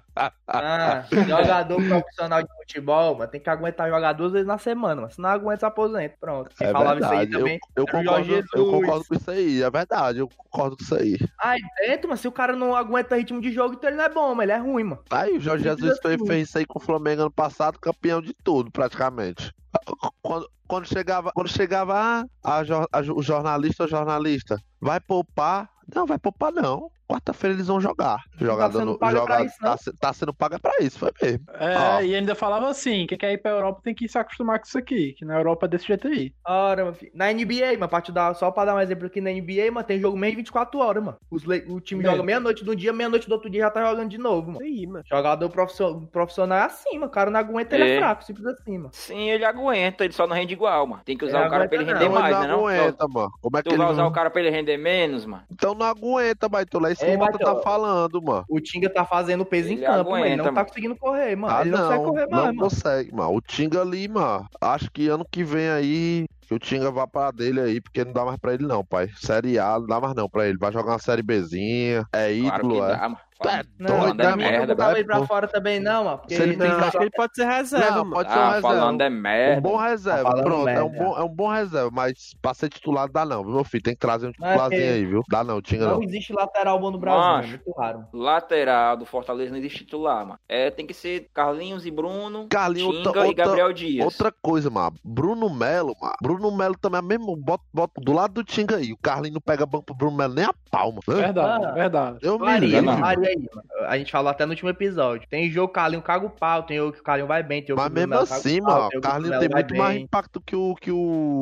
Ah, jogador profissional de futebol, mano, tem que aguentar jogar duas vezes na semana, mano. Se não aguenta, se aposenta. Pronto. Quem É falava isso aí verdade. Eu, também. eu, era o Jorge concordo, eu Jesus. concordo com isso aí. É verdade, eu concordo com isso aí. Aí dentro, mano, se o cara não aguenta ritmo de jogo, então ele não é bom, mas ele é ruim, mano. Aí o Jorge Simples Jesus fez, assim. fez isso aí com o Flamengo ano passado, campeão de tudo, praticamente. Quando, quando chegava, quando chegava ah, a, jor- a, o jornalista, o jornalista, vai poupar? Não, vai poupar não. Quarta-feira eles vão jogar. Jogador sendo no- pago joga- pra isso, não? tá, se- tá sendo paga pra isso, foi mesmo. É, Ó. e ainda falava assim, quem quer ir pra Europa tem que se acostumar com isso aqui, que na Europa é desse jeito aí. Ora, meu filho. Na N B A, mano, pra te dar, só pra dar um exemplo aqui, na N B A, mano, tem jogo meio de vinte e quatro horas, mano. Os le- o time Mesmo. joga meia-noite de um dia, meia-noite do outro dia já tá jogando de novo, mano. Isso aí, mano. Jogador profissional, profissional é assim, mano. O cara não aguenta, ele é É. fraco, simples assim, mano. Sim, ele aguenta, ele só não rende igual, mano. Tem que usar Ele o cara pra ele aguenta render não, mais, ele né? não Não? aguenta, mano. Como é que Tu ele vai usar não... o cara pra ele render menos, mano? Então não aguenta, Baitola. É isso que Ei, o Mota Baitola. tá falando, mano. O Tinga tá fazendo peso Ele em campo, mano. Ele aguenta, não tá mano. conseguindo correr, mano. Ah, ele não, não, consegue correr não mais, mano. consegue, mano. O Tinga ali, mano, acho que ano que vem aí, que o Tinga vá pra dele aí, porque não dá mais pra ele não, pai. Série A não dá mais não pra ele. Vai jogar uma Série Bzinha, é Claro ídolo, que é. dá, mano. Tu é Não, doido, falando né, é também mano? não merda, botava É, ele pra pô. fora também, não, mano. Porque Se ele ele tem Não, tem acho que ele pode ser reserva, Não, mano. pode ser um Ah, reserva. falando é Um merda. bom reserva, falando pronto, é um, merda. bom, é um bom reserva, mas pra ser titular não dá não, viu, meu filho? Tem que trazer um Não, é titularzinho que- aí, viu? Dá não, Tinga não não. existe lateral bom no Brasil, Macho. mano. Muito raro. Lateral do Fortaleza não existe titular, mano. É, tem que ser Carlinhos e Bruno, Carlinhos, Tinga outra- e Gabriel Dias. Outra coisa, mano, Bruno Melo, mano, Bruno Melo também é mesmo, bota, bota do lado do Tinga aí, o Carlinhos não pega banco pro Bruno Melo nem a palma. Verdade, Ah. verdade. Eu me Varia, livro. não. varia aí, mano. A gente falou até no último episódio. Tem jogo que o Carlinho caga o pau, tem jogo que o Carlinho vai bem, tem jogo Mas que o Bruno mesmo Melo caga assim, o pau, mano, tem o jogo que o Carlinhos Bruno tem Melo vai muito mais bem. impacto que o, que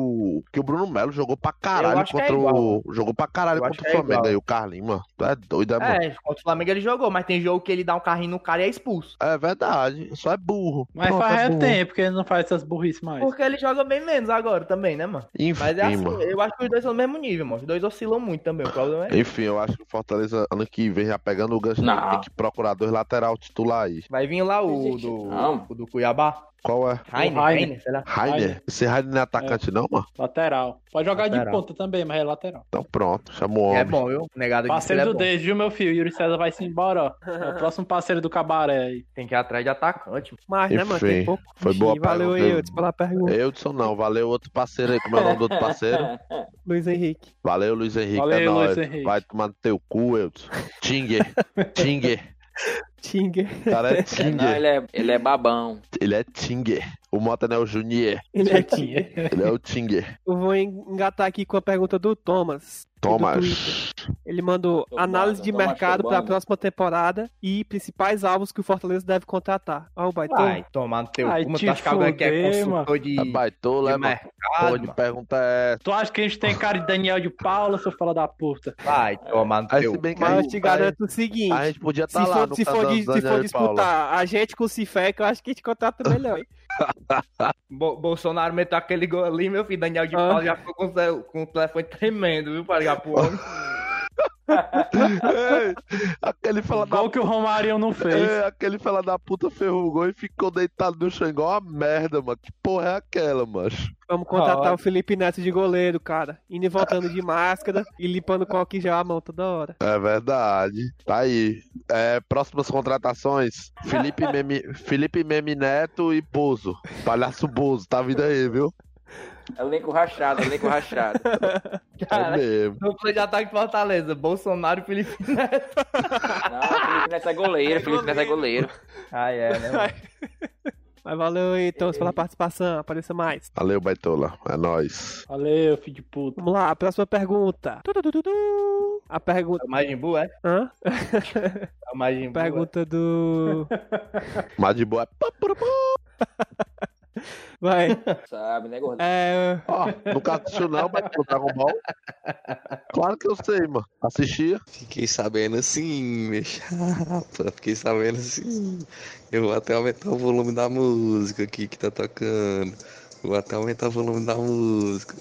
o que o Bruno Melo. Jogou pra caralho acho que é contra igual, o. Jogou pra caralho Eu acho contra o que é Flamengo igual. aí, o Carlinhos, mano. Tu é doido, é, mano? É, contra o Flamengo ele jogou, mas tem jogo que ele dá um carrinho no cara e é expulso. É verdade, só é burro. Mas Pronto, faz é é burro. tempo que ele não faz essas burrices mais. Porque ele joga bem menos agora também, né, mano? Enfim, Mas é assim, mano. eu acho que os dois são do mesmo nível, mano. Os dois oscilam muito também. O problema é. Enfim, eu acho que o Fortaleza, ano que vem, já pegando o gancho, Não. tem que procurar dois lateral titular aí. Vai vir lá o Existe, do, não. o do Cuiabá. Qual é? Rainer, Rainer. Rainer, sei lá. Rainer? Rainer. Esse Rainer não é atacante, não, mano? Lateral. Pode jogar de Lateral. ponta também, mas é lateral. Então pronto, chama o homem. É bom, viu? Negado de Parceiro ele do é bom. Deise, viu, meu filho? Yuri César vai se embora, ó. É o próximo parceiro do Cabaré aí. Tem que ir atrás de atacante. Mas, né, mano, Enfim, tem pouco. foi Ixi, boa Valeu aí, pergunta. Eudes, pela pergunta. Eudson não, valeu outro parceiro aí, como é o nome do outro parceiro? Luiz Henrique. Valeu, Luiz Henrique, Valeu, é nóis. Luiz Henrique. Vai tomar no teu cu, Eudson. Tinger, Tinger. Tinga. O cara é Não, Tinger. ele é, ele é babão. Ele é Tinger. O Mota não é o Junier. Ele é Tinga. Ele é o Tinger. Eu vou engatar aqui com a pergunta do Thomas. do Thomas. Twitter. Ele mandou Tô análise bom, de Thomas mercado tô para a bom. próxima temporada e principais alvos que o Fortaleza deve contratar. Ó, o Baitão. Vai tomar no teu Ai, cu, mano. te Tu acha que alguém que é fuder, consultor de, É baitola, de é, mano? mercado, Porra de mano? pergunta é essa. Tu acha que a gente tem cara de Daniel de Paula, seu fala da puta? Vai tomar no Aí, teu se bem que Mas a eu gente, te garanto o seguinte. a gente podia Se estar lá for, no se for, casal de- do se Daniel for e Paula. disputar a gente com o Cifec, eu acho que a gente contrata melhor. hein? Bo- Bolsonaro meteu aquele gol ali, meu filho. Daniel de Ah. Paulo já ficou com o, cel- com o telefone tremendo, viu? Pra ligar pro homem. Ei, aquele fela da Gol que o Romário não fez. É, aquele fela da puta ferrugou e ficou deitado no chão igual uma merda, mano. Que porra é aquela, macho? Vamos contratar Ó. o Felipe Neto de goleiro, cara. Indo e voltando de máscara e limpando com álcool gel a mão toda hora. É verdade. Tá aí. É, próximas contratações: Felipe Meme, Felipe Meme Neto e Bozo. Palhaço Bozo, tá vindo aí, viu? Elenco rachado, elenco rachado. Cara, É mesmo. dupla de ataque de Fortaleza. Bolsonaro e Felipe Neto. Não, Felipe Neto é goleiro, Felipe Neto é goleiro. Ah, é, né? mano? Mas valeu aí, então, pela participação. Apareça mais. Valeu, Baitola. É nóis. Valeu, filho de puta. Vamos lá, próxima pergunta. Tudududu. A pergunta. É o Majin Buu, é? Hã? É o Majin Buu. Pergunta do. Mas de boa. Vai. Sabe, né, gordão? É. Ó, nunca assistiu não, Baitola, Dragon Ball? Claro que eu sei, mano. Assistia. Fiquei sabendo assim, meu chapa. Fiquei sabendo assim. Eu vou até aumentar o volume da música aqui que tá tocando. Vou até aumentar o volume da música.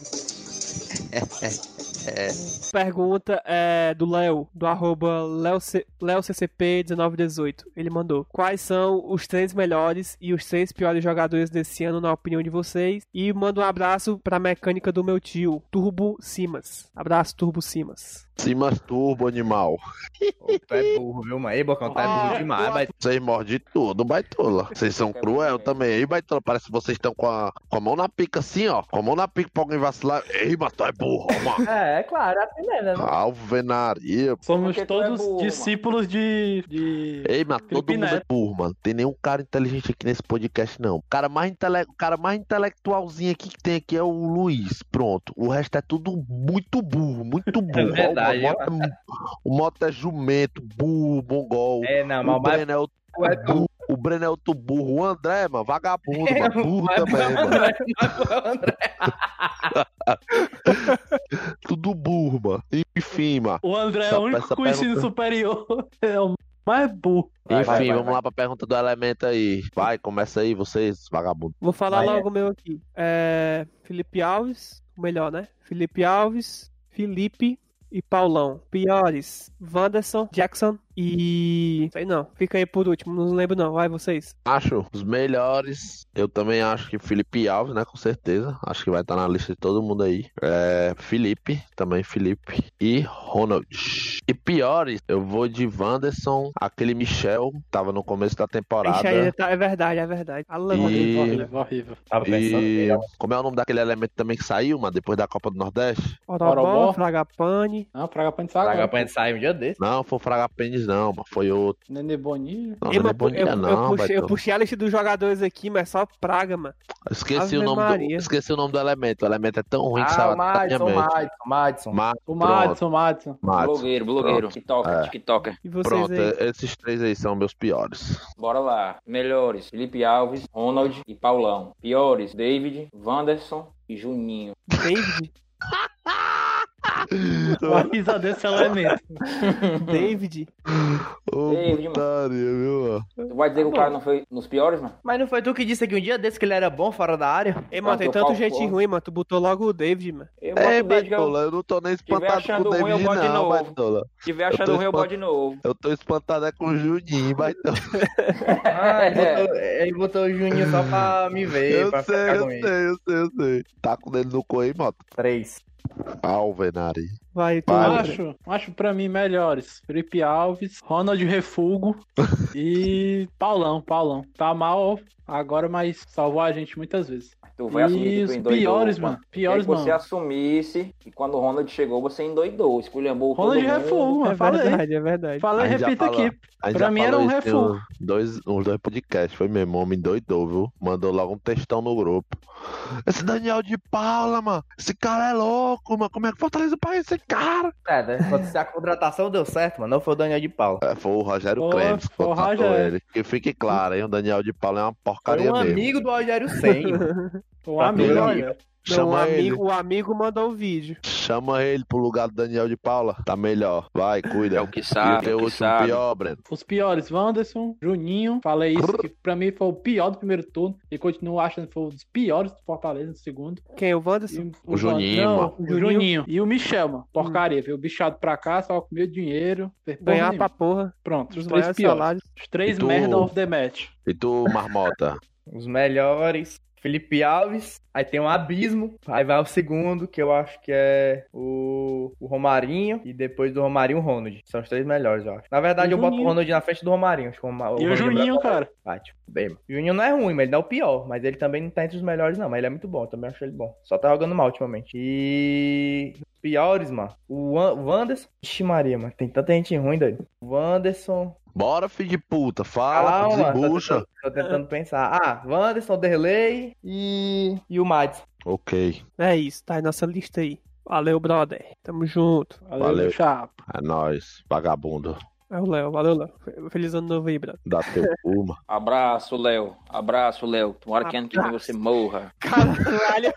É. Pergunta é do Léo, do arroba LeoCCP dezenove dezoito. Ele mandou: quais são os três melhores e os três piores jogadores desse ano, na opinião de vocês? E manda um abraço pra mecânica do meu tio, Turbo Simas. Abraço, Turbo Simas. Simas Turbo, animal. Ô, tu é burro, viu, mano? Ei, Bocão, tu é burro demais, mas... Vocês mordem tudo, Baitola. Vocês são cruel também. Aí, Baitola, parece que vocês estão com a, com a mão na pica assim, ó. Com a mão na pica pra alguém vacilar. Ei, mas tu é burro, mano. É, é claro, é assim mesmo, né? Alvenaria. Somos Porque tu é todos burro, discípulos de, de. Ei, mas todo Felipe mundo é Neto. burro, mano. Tem nenhum cara inteligente aqui nesse podcast, não. O cara mais, intele... o cara mais intelectualzinho aqui que tem aqui é o Luiz. Pronto. O resto é tudo muito burro, muito burro. É verdade, Ó, o, moto é... o moto é jumento, burro, mongol. É, não, o mas o mais Breno é outro burro é tu. burro. O Breno é outro burro. O André, mano, vagabundo, É, mano. Burro mas também, o mano. André, mas o André. Tudo burro, mano. Enfim, mano. O André é Essa- o único essa com ensino pergunta- superior. É o mais burro. Vai, Enfim, vai, vai, vamos vai. lá pra pergunta do elemento aí. Vai, começa aí, vocês, vagabundo. Vou falar Vai, logo o meu aqui. É. Felipe Alves, o melhor, né? Felipe Alves, Felipe e Paulão. Piores: Wanderson, Jackson e. Sei não. Fica aí por último, não lembro não. Vai vocês. Acho os melhores. Eu também acho que Felipe Alves, né? Com certeza. Acho que vai estar na lista de todo mundo aí. É, Felipe, também Felipe. E Ronald. E piores, eu vou de Wanderson, aquele Michel, tava no começo da temporada. Ixi, aí tá- é verdade, é verdade. Alan, E- Horrível, horrível. Tava pensando E nele, ó. como é o nome daquele elemento também que saiu, mano, depois da Copa do Nordeste? Orobó, Orobó. Fragapane. Não, Praga pra Traga agora. pra gente sair um dia desse. Não, foi o Fragapênis não, mas foi outro. Nenê Boninho. Não, Ei, não é mano, eu, Bonilha eu, não, puxei, eu Baitola. puxei a lista dos jogadores aqui, mas só praga, mano. Esqueci Ave o, nome do, Maria. esqueci o nome do elemento. O elemento é tão ruim que Ah, saiu o até da minha Madison, mente. Madison, Madison. Ma- O pronto, Madison, o Madison. Madison. Blogueiro, blogueiro. Pronto. TikToker, É. TikToker. E vocês Pronto, aí? esses três aí são meus piores. Bora lá. Melhores: Felipe Alves, Ronald e Paulão. Piores: David, Wanderson e Juninho. David? A risa desse elemento. David? Ô, David, mano. putaria, viu, mano? Tu vai dizer que o cara não foi nos piores, mano? Mas não foi tu que disse aqui um dia desse que ele era bom fora da área? Ei, mano, tem Bateu tanto pau gente fora. ruim, mano. Tu botou logo o David, mano. Eu boto É, o David que eu Baitola, eu não tô nem espantado achando com o ruim, eu David, boto de não, novo. Baitola. estiver Eu achando tô ruim, eu espant- boto de novo. Eu tô espantado é com o Juninho, Baitola. Ah, ele botou, ele botou o Juninho só pra me ver, Eu pra sei, ficar eu comigo. sei, eu sei, eu sei. Tá com ele no cu aí, moto. Três. Alvenari. Vai, tu. Vai. André. Acho, acho pra mim melhores. Felipe Alves, Ronald Refugo e Paulão, Paulão. Tá mal agora, mas salvou a gente muitas vezes. Tu vai assumir E que os tu endoidou. piores, mano. Piores, Queria que você mano. assumisse e quando o Ronald chegou, você endoidou. Esculhambou todo Ronald mundo. Refugo, mano. É Falei. verdade, é verdade. Falei, A gente já repito falou. aqui. A gente Pra já mim era falou um isso em refugo. uns dois, uns dois podcasts, foi mesmo, o homem doidou, viu? Mandou logo um textão no grupo. Esse Daniel de Paula, mano, esse cara é louco, mano, como é que Fortaleza pra esse cara? É, né? Quando se a contratação deu certo, mano, não foi o Daniel de Paula. É, foi o Rogério Foi, Clemes que foi o contratou Rogério. ele. Que fique claro, hein, o Daniel de Paula é uma Foi porcaria um mesmo. amigo do Rogério Ceni, mano. Um Tá amigo, tudo olha. Não, o, Chama ele, amigo, o amigo mandou o vídeo. chama ele pro lugar do Daniel de Paula, tá melhor. Vai, cuida. É o que E o sabe, é teu o que último sabe. pior, Breno. Os piores, Wanderson, Juninho. Falei isso, que pra mim foi o pior do primeiro turno. E continuo achando que foi um dos piores do Fortaleza no segundo. Quem? O Wanderson? E O Juninho, não, mano. o Juninho. E o Michel, mano. Porcaria. Veio bichado pra cá, só comeu dinheiro. fez porra Ganhar nenhuma. pra porra. Pronto, Dos os três maiores piores. salários. Os três E tu- merda of the match. E tu, Marmota? Os melhores. Felipe Alves, aí tem um abismo, aí vai o segundo, que eu acho que é o, o Romarinho, e depois do Romarinho o Ronald. São os três melhores, eu acho. Na verdade, E o eu boto o Juninho. Ronald na frente do Romarinho. Acho que o, Roma- E o Ronald é Juninho, melhor. cara. Ah, tipo, bem, mano. O Juninho não é ruim, mas ele não é o pior. Mas ele também não tá entre os melhores, não. Mas ele é muito bom, eu também acho ele bom. Só tá jogando mal ultimamente. E... os piores, mano. O Wan- o Wanderson... Ixi Maria, mano. Tem tanta gente ruim, doido. O Wanderson... Bora, filho de puta. Fala, Calma, tô desembucha. tentando, tô tentando pensar. Ah, Wanderson, Derlei e. E o Madison. Ok. É isso, tá aí nossa lista aí. Valeu, brother. Tamo junto. Valeu, Valeu. meu chapa. É nóis, vagabundo. É o Léo, valeu, Léo. Feliz ano novo aí, brother. Dá teu cu, mano. Abraço, Léo. Abraço, Léo. Tomara que ano que vem você morra. Caralho.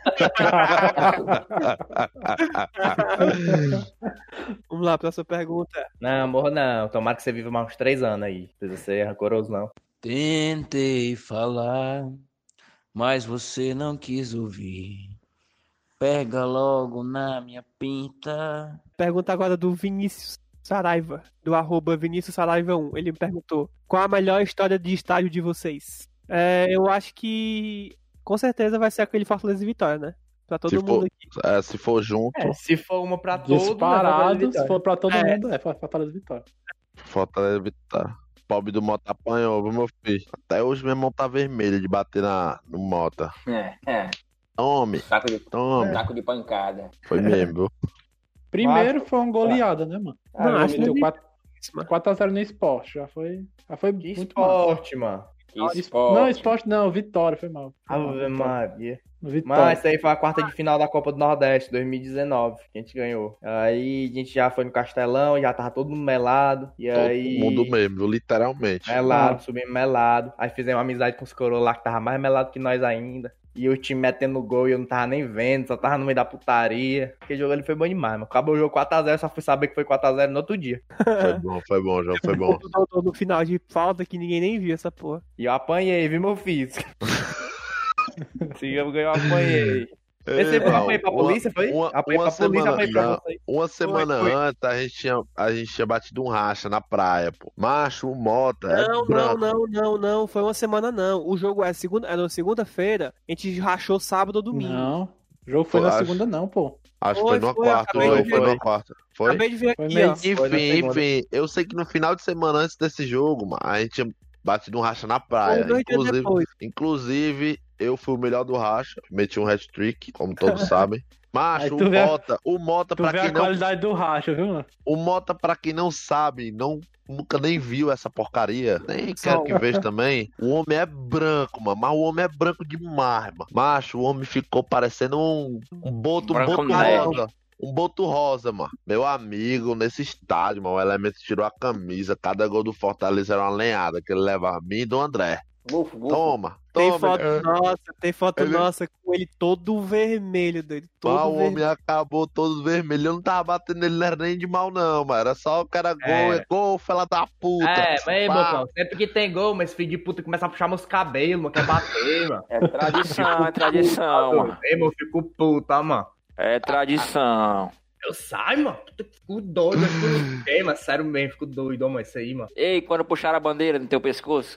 Vamos lá, próxima pergunta. Não, morra não. Tomara que você viva mais uns três anos aí. Não precisa ser rancoroso, não. Tentei falar, mas você não quis ouvir. Pega logo na minha pinta. Pergunta agora do Vinícius Saraiva, do arroba Vinícius Saraiva um. Ele me perguntou: qual a melhor história de estádio de vocês? É, eu acho que com certeza vai ser aquele Fortaleza e Vitória, né? Pra todo Se mundo for, aqui. é, se for junto, É, se for uma pra todos, Disparado, né, se for pra todo É. mundo, é Fortaleza e Vitória. Fortaleza e Vitória. Pobre do Mota apanhou, viu, meu filho? Até hoje meu mão tá vermelha de bater na, no Mota. É, é. Tome, Taco de, tome. taco de pancada. Foi mesmo, viu? Primeiro foi uma goleada, né, mano? Não, Ah, acho que meteu não- quatro a zero no esporte. Já foi, já foi Que muito mal. esporte, mano. Que Esporte. Não, esporte não, Vitória foi mal. Foi mal, Ave Vitória. Maria. Vitória. Mas isso aí foi a quarta de final da Copa do Nordeste, dois mil e dezenove, que a gente ganhou. Aí a gente já foi no Castelão, já tava todo mundo melado. E Todo aí. mundo mesmo, viu? Literalmente. Melado, subimos melado. Aí fizemos amizade com os coroas lá que tava mais melado que nós ainda. E o time metendo gol e eu não tava nem vendo, só tava no meio da putaria. Aquele jogo ali foi bom demais, mano. Acabou o jogo quatro a zero, só fui saber que foi quatro a zero no outro dia. Foi bom, foi bom, João, foi bom. No, no final de falta que ninguém nem viu essa porra. E eu apanhei, viu, meu filho? Se eu ganhei, eu apanhei. Esse aí eu apanhei pra polícia, foi? Uma, Apanhei uma pra polícia, semana, apanhei pra não, vocês. uma semana foi. antes a gente, tinha, a gente tinha batido um racha na praia, pô. Macho, o Mota. é Não, não, branco. não, não, não. Foi uma semana, não. O jogo é segunda, é na segunda-feira. A gente rachou sábado ou domingo. Não, o jogo foi Pô, na acho- segunda não, pô. Acho que Foi, foi numa foi, quarta, acabei foi, de foi ver. numa quarta. Foi? Acabei de ver Foi aqui, meio- ó. Foi na Enfim, segunda. enfim, eu sei que no final de semana antes desse jogo, mano, a gente tinha batido um racha na Foi praia. dois dias Inclusive, depois. inclusive, eu fui o melhor do racha, meti um hat-trick, como todos sabem. Macho, Aí o tu vê a- Mota, o Mota, Tu pra vê quem a não qualidade do racha, viu, mano? O Mota, pra quem não sabe, não, nunca nem viu essa porcaria, nem Só- quero que veja também, o homem é branco, mano, mas o homem é branco demais, mano. Macho, o homem ficou parecendo um, um boto, um Branco boto nerd. rosa. Um boto rosa, mano. Meu amigo, nesse estádio, mano, o Elemento tirou a camisa, cada gol do Fortaleza era uma lenhada que ele levava a mim e do André. Bufo, bufo. Toma, Tem toma. foto ele- nossa, tem foto ele- nossa com ele todo vermelho, doido. Todo Ah, o vermelho. homem acabou todo vermelho. Eu não tava batendo nele, não era nem de mal, não, mano. Era só o cara gol, É. é gol, fela da puta. É, mas aí, Pá. bocão, sempre que tem gol, mas esse filho de puta começa a puxar meus cabelos, mano, quer bater, mano. É tradição, é tradição, mano. Ei, mano, eu fico puta, mano. É tradição. Eu saio, mano. Puta, fico doido, eu fico... Ei, mano, sério mesmo, fico doido, mano, isso aí, mano. Ei, quando puxaram a bandeira no teu pescoço?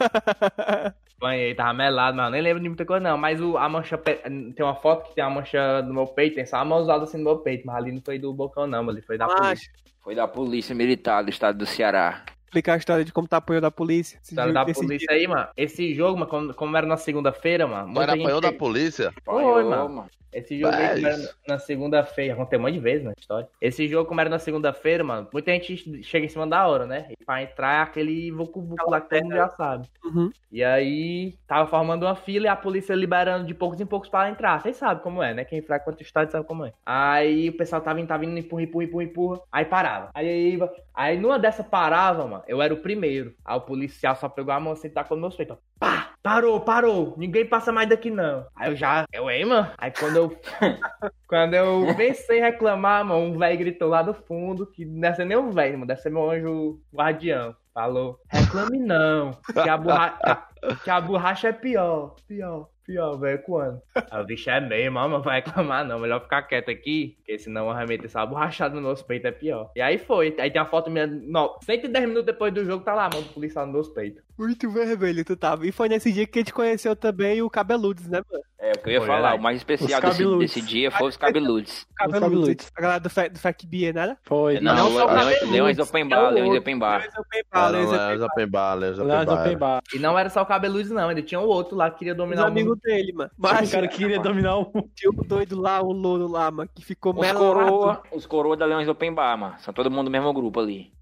Apanhei, tava melado, mas eu nem lembro de muita coisa, não. Mas o, a mancha, pe- tem uma foto que tem a mancha no meu peito, tem só uma usada assim no meu peito, mas ali não foi do bocão, não, ali foi da polícia. Macho, Foi da Polícia Militar do Estado do Ceará. explicar a história de como tá apanhando da polícia. Esse História dia- da esse polícia dia- aí, mano. Esse jogo, mano, como, como era na segunda-feira, mano. Mas muita era gente apanhou da chega- polícia? Foi, Ô, mano. Esse jogo aí, como era Mas- na segunda-feira, aconteceu um monte de vezes na história. Esse jogo, como era na segunda-feira, mano, muita gente chega em cima da hora, né? E pra entrar é aquele vucu-vucu lá que todo mundo já sabe. Uhum. E aí, tava formando uma fila e a polícia liberando de poucos em poucos pra entrar. Vocês sabem como é, né? Quem frequenta o estádio sabe como é. Aí o pessoal tava indo, tava indo, empurra, empurra, empurra, empurra. Aí parava. Aí, aí, aí numa dessa parava, mano, eu era o primeiro. Aí o policial só pegou a mão assim e tacou no meu peito, ó. Pá! Parou, parou! Ninguém passa mais daqui, não. Aí eu já... Eu, hein, mano? Aí quando eu... quando eu pensei em reclamar, mano, um velho gritou lá do fundo, que não deve ser nem um velho, mano, deve ser meu anjo guardião. Falou, reclame não, que a, borra... que a borracha é pior, pior, pior, velho, quando? Aí o bicho é meio, mano, não vai reclamar não, melhor ficar quieto aqui, porque senão eu arremeter essa borrachada no meu peito é pior. E aí foi, aí tem a foto minha, não, cento e dez minutos depois do jogo, tá lá, mano, policial no meu peito. Muito vermelho tu tava. E foi nesse dia que a gente conheceu também o Cabeludos, né, mano? É, o que eu ia Foi, falar, verdade. o mais especial Os desse, cabeludos. desse dia foi os cabeludos. Cabeludos. Cabeludos. A galera do, Fe, do F A C B, né? Era? Foi. Não, Não, só Leões- cabeludos, Leões Open é Bar, o Leões outro. Open Bar. Leões Open Ah, Bar, não, Leões é Open os Bar. Open Bar, é os Open Leões Bar. Open Bar. E não era só o cabeludo não, ainda tinha o outro lá que queria Os dominar o amigos mundo. dele, mano. O Mas cara queria dominar o mundo. tinha um doido lá, um louro lá, mano, que ficou Os melado. coroa, os coroa da Leões Open Bar, mano. São todo mundo do mesmo grupo ali.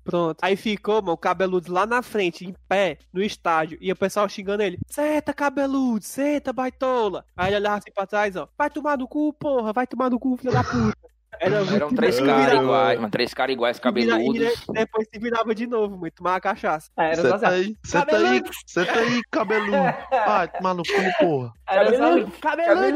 Pronto. Aí ficou, mano, o Cabeludo lá na frente, em pé, no estádio. E o pessoal xingando ele. Senta, Cabeludo, senta, baitola. Aí ele olhava assim pra trás, ó. Vai tomar no cu, porra, vai tomar no cu, filho da puta. Era Eram muito três bom. caras Virava- iguais, mano. Três caras iguais, e vira- e cabeludos. depois se virava de novo, muito. Tomava cachaça. É, era só Senta assim. aí, senta aí, senta aí, cabeludo. Vai tomar no cu, porra. Era só Cabeludo.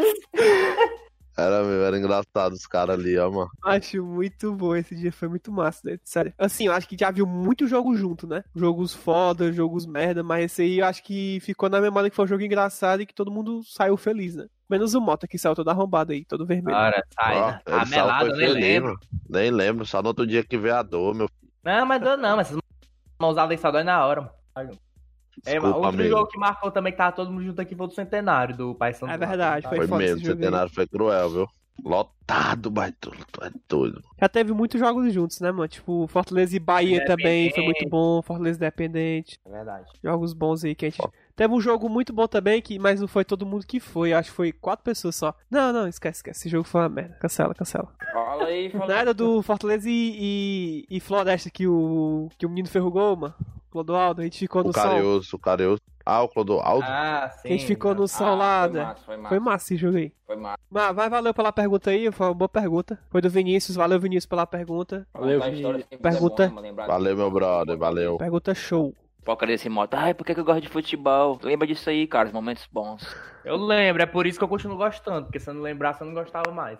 Era, meu, era engraçado os caras ali, ó, mano. Acho muito bom esse dia, foi muito massa, né? Sério. Assim, eu acho que já viu muito jogo junto, né? Jogos foda, jogos merda, mas esse aí eu acho que ficou na memória que foi um jogo engraçado e que todo mundo saiu feliz, né? Menos o Mota, que saiu todo arrombado aí, todo vermelho. Cara, sai, Ó, né? ele A só melada, foi eu nem feliz, lembro. mano. Nem lembro, só no outro dia que veio a dor, meu. Não, mas deu não, mas essas mãozadas aí só dói na hora, mano. É, Desculpa, outro amigo. jogo que marcou também que tava todo mundo junto aqui foi o do Centenário do Pai Santo. É verdade, foi Foi foda mesmo, esse jogo aí. centenário foi cruel, viu? Lotado, baitolo, tu é doido. Já teve muitos jogos juntos, né, mano? Tipo, Fortaleza e Bahia também foi muito bom. Fortaleza Independente. É verdade. Jogos bons aí que a gente. Teve um jogo muito bom também, que, mas não foi todo mundo que foi. Acho que foi quatro pessoas só. Não, não, esquece, esquece. Esse jogo foi uma merda. Cancela, cancela. Fala aí, fala Não era do Fortaleza e, e, e Floresta que o, que o menino ferrou gol, mano? Clodoaldo, a gente ficou no O sol. Carioso, o Carioso. Ah, o Clodoaldo. Ah, sim. A gente ficou no sol Ah, lá. foi né? massa, foi massa. Foi massa esse jogo aí. Foi massa. Mas, mas valeu pela pergunta aí, foi uma boa pergunta. Foi do Vinícius, valeu Vinícius pela pergunta. Valeu, Contar a história sempre é Pergunta. bom, né, lembrar Valeu, disso. meu brother, valeu. Pergunta show. Foca desse moto. Ai, por que que eu gosto de futebol? Lembra disso aí, cara, os momentos bons. Eu lembro, é por isso que eu continuo gostando, porque se eu não lembrasse eu não gostava mais.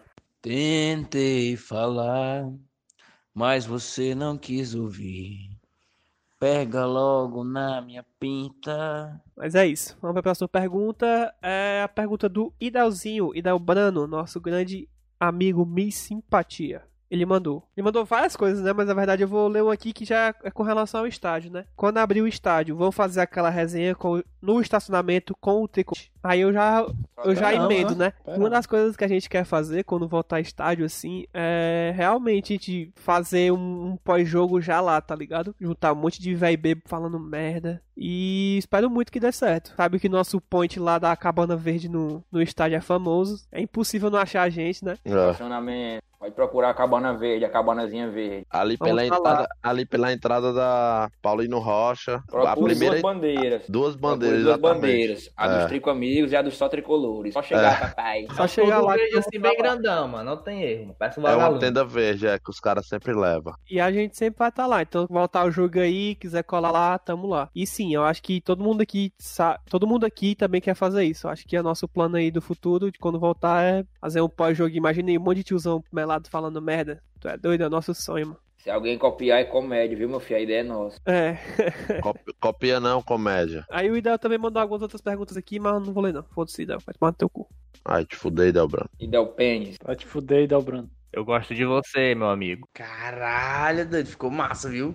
Tentei falar, mas você não quis ouvir. Pega logo na minha pinta. Mas é isso. Vamos para a próxima pergunta. É a pergunta do Idelzinho, Idelbrano, nosso grande amigo Miss Simpatia. Ele mandou. Ele mandou várias coisas, né? Mas na verdade eu vou ler um aqui que já é com relação ao estádio, né? Quando abrir o estádio, vão fazer aquela resenha com, no estacionamento com o tricolor. Aí eu já, eu já Não, emendo, né? né? Pera Uma não. das coisas que a gente quer fazer quando voltar ao estádio, assim, é realmente a gente fazer um, um pós-jogo já lá, tá ligado? Juntar um monte de véi bebo falando merda. E espero muito que dê certo. Sabe que nosso point lá da Cabana Verde no, no estádio é famoso. É impossível não achar a gente, né? É. Estacionamento. Pode procurar a cabana verde, a cabanazinha verde. Ali Vamos pela, falar. entrada, ali pela entrada da Paulino Rocha. A Procure primeira. duas bandeiras. Duas Procure bandeiras, duas exatamente. bandeiras. A É. dos Trico Amigos e a dos Só Tricolores. Só chegar, papai. Só chegar lá. que vejo eu assim vou bem falar. grandão, mano. Não tem erro. Parece um É uma vagalume. tenda verde, é, que os caras sempre levam. E a gente sempre vai estar lá. Então, voltar o jogo aí, quiser colar lá, tamo lá. E sim, eu acho que todo mundo aqui sa- todo mundo aqui também quer fazer isso. Eu acho que é nosso plano aí do futuro, de quando voltar, é fazer um pós-jogo. Imagina aí um monte de tiozão melado falando merda. Tu é doido, é nosso sonho, mano. Se alguém copiar é comédia, viu, meu filho? A ideia é nossa. É. Cop- Copia não, comédia. Aí o Idel também mandou algumas outras perguntas aqui, mas eu não vou ler não. Foda-se, Idel. Vai tomar no teu cu. Ai, te fudei, Delbrano. E deu pênis. Vai te fuder e dar o Bruno. Eu gosto de você, meu amigo. Caralho, doido, ficou massa, viu?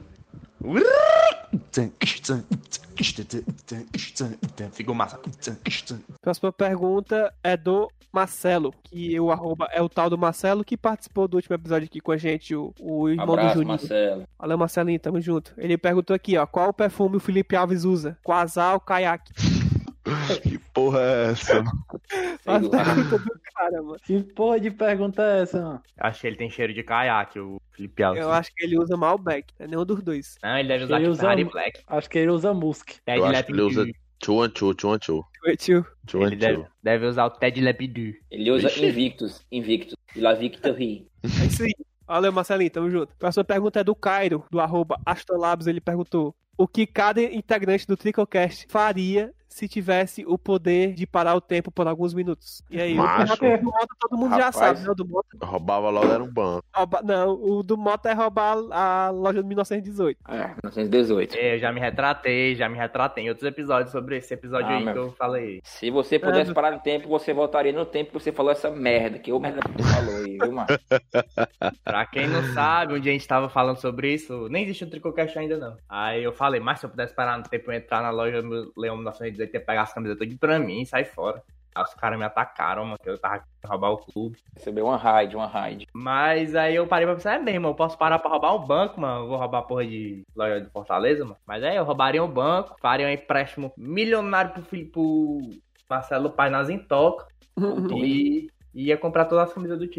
Ficou massa. Próxima pergunta é do Marcelo, que o arroba é o tal do Marcelo, que participou do último episódio aqui com a gente, o, o irmão Abraço, do Juninho. Marcelo. Valeu, Marcelinho, tamo junto. Ele perguntou aqui, ó, qual perfume o Felipe Alves usa? Quasar ou Kayak? Que porra é essa? A Sei lá. pergunta do cara, mano. Que porra de pergunta é essa, mano? Acho que ele tem cheiro de caiaque, o Felipe Alves. Eu acho que ele usa Malbec, é nenhum dos dois. Não, ele deve usar Ele tipo usa- Ferrari Black. Acho que ele usa Musk. Ted Eu acho Lap que ele usa Du. two and two, two and two. Tio, Two Ele and deve, two. deve usar o Ted Lap Du. Ele usa Invictus. Invictus. E lá Victory. é isso aí. Valeu, Marcelinho, tamo junto. Próxima pergunta é do Cairo, do arroba Astrolabs. Ele perguntou: o que cada integrante do Tricocast faria se tivesse o poder de parar o tempo por alguns minutos? E aí, Macho. o do Mota todo mundo já Rapaz. sabe, né? O do Mota Eu roubava logo, era um banco. rouba... Não, o do Mota é roubar a loja de mil novecentos e dezoito. É, mil novecentos e dezoito. Eu já me retratei, já me retratei em outros episódios sobre esse episódio Ah, aí meu. que eu falei. Se você pudesse É. parar no tempo, você voltaria no tempo que você falou essa merda. Que o merda que você falou aí, viu, mano? Pra quem não sabe, um dia a gente tava falando sobre isso, nem existe o Tricocast ainda não. Aí eu falei, mas se eu pudesse parar no tempo, eu ia entrar na loja do Leão mil novecentos e dezoito e ia pegar as camisetas tudo pra mim e sair fora. Aí os caras me atacaram, mano, que eu tava querendo roubar o clube. Recebeu uma raid, uma raid. Mas aí eu parei pra pensar, é mesmo, eu posso parar pra roubar um banco, mano. Eu vou roubar a porra de loja de Fortaleza, mano. Mas aí eu roubaria um banco, faria um empréstimo milionário pro, filho, pro Marcelo Painaz em toca e ia comprar todas as camisas do time.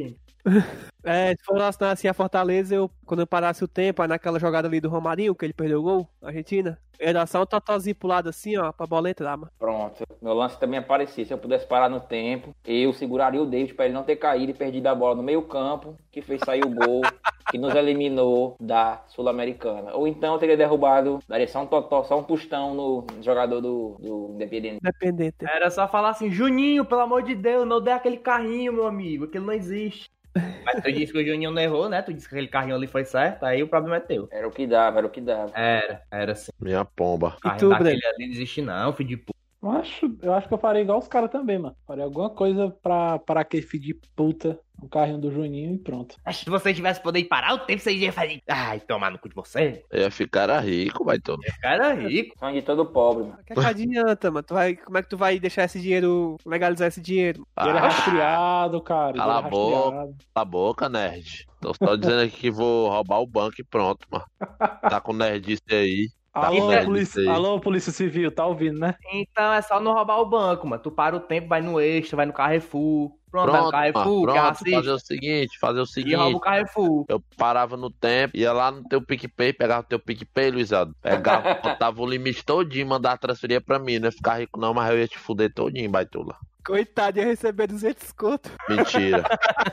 É, se for relacionar assim a Fortaleza, eu, quando eu parasse o tempo, aí naquela jogada ali do Romarinho, que ele perdeu o gol, Argentina, era só um totozinho pro lado assim, ó, pra bola entrar, mano. Pronto. Meu lance também é parecido. Se eu pudesse parar no tempo, eu seguraria o David pra ele não ter caído e perdido a bola no meio campo, que fez sair o gol, que nos eliminou da Sul-Americana. Ou então eu teria derrubado, daria só um totó, só um tostão no jogador do, do Independente. Independente. Era só falar assim, Juninho, pelo amor de Deus, não dê aquele carrinho, meu amigo, aquilo não existe. Mas tu disse que o Juninho não errou, né? Tu disse que aquele carrinho ali foi certo, aí o problema é teu. Era o que dava, era o que dava. Era, era assim. Minha pomba. E Carrinho tu, daquele Breno? ali não existe não, filho de puta. Eu acho, eu acho que eu faria igual os caras também, mano. Faria alguma coisa pra parar aquele filho de puta no carrinho do Juninho e pronto. Mas se você tivesse poder parar o tempo, você ia fazer... Ai, tomar no cu de você. Eu ia ficar rico, vai todo. Esse cara é rico. Sonho de todo pobre, mano. O que, é que adianta, mano? Tu vai, como é que tu vai deixar esse dinheiro, legalizar esse dinheiro? Ele é Ah, rastreado, cara. Cala ele é a boca. rastreado. Cala a boca, nerd. Tô só dizendo aqui que vou roubar o banco e pronto, mano. Tá com nerdice aí. Tá com Alô, nerdice polícia, aí. alô, Polícia Civil, tá ouvindo, né? Então é só não roubar o banco, mano. Tu para o tempo, vai no Extra, vai no Carrefour. Pronto, vai no Pronto, Carrefour, mano, que é pronto, racista. fazer o seguinte, fazer o E rouba o seguinte. Carrefour. Eu parava no tempo, ia lá no teu PicPay, pegava o teu PicPay, Luizado. Pegava, botava o limite todinho, mandava transferir pra mim, não ia ficar rico não, mas eu ia te fuder todinho, baitola. Coitado, ia receber duzentos conto. Mentira.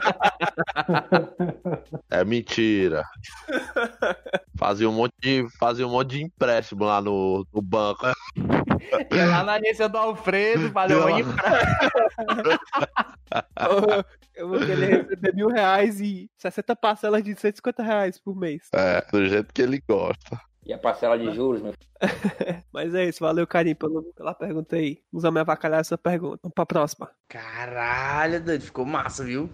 É mentira. Fazia um monte de, fazia um monte de empréstimo lá no, no banco. Ia lá na agência do Alfredo, valeu Ia um lá. Eu vou querer receber mil reais e sessenta parcelas de cento e cinquenta reais por mês. É, do jeito que ele gosta. E a parcela de juros, meu filho. Mas é isso, valeu, carinho, pelo, pela pergunta aí. Vamos avacalhar essa pergunta. Vamos pra próxima. Caralho, doido, ficou massa, viu?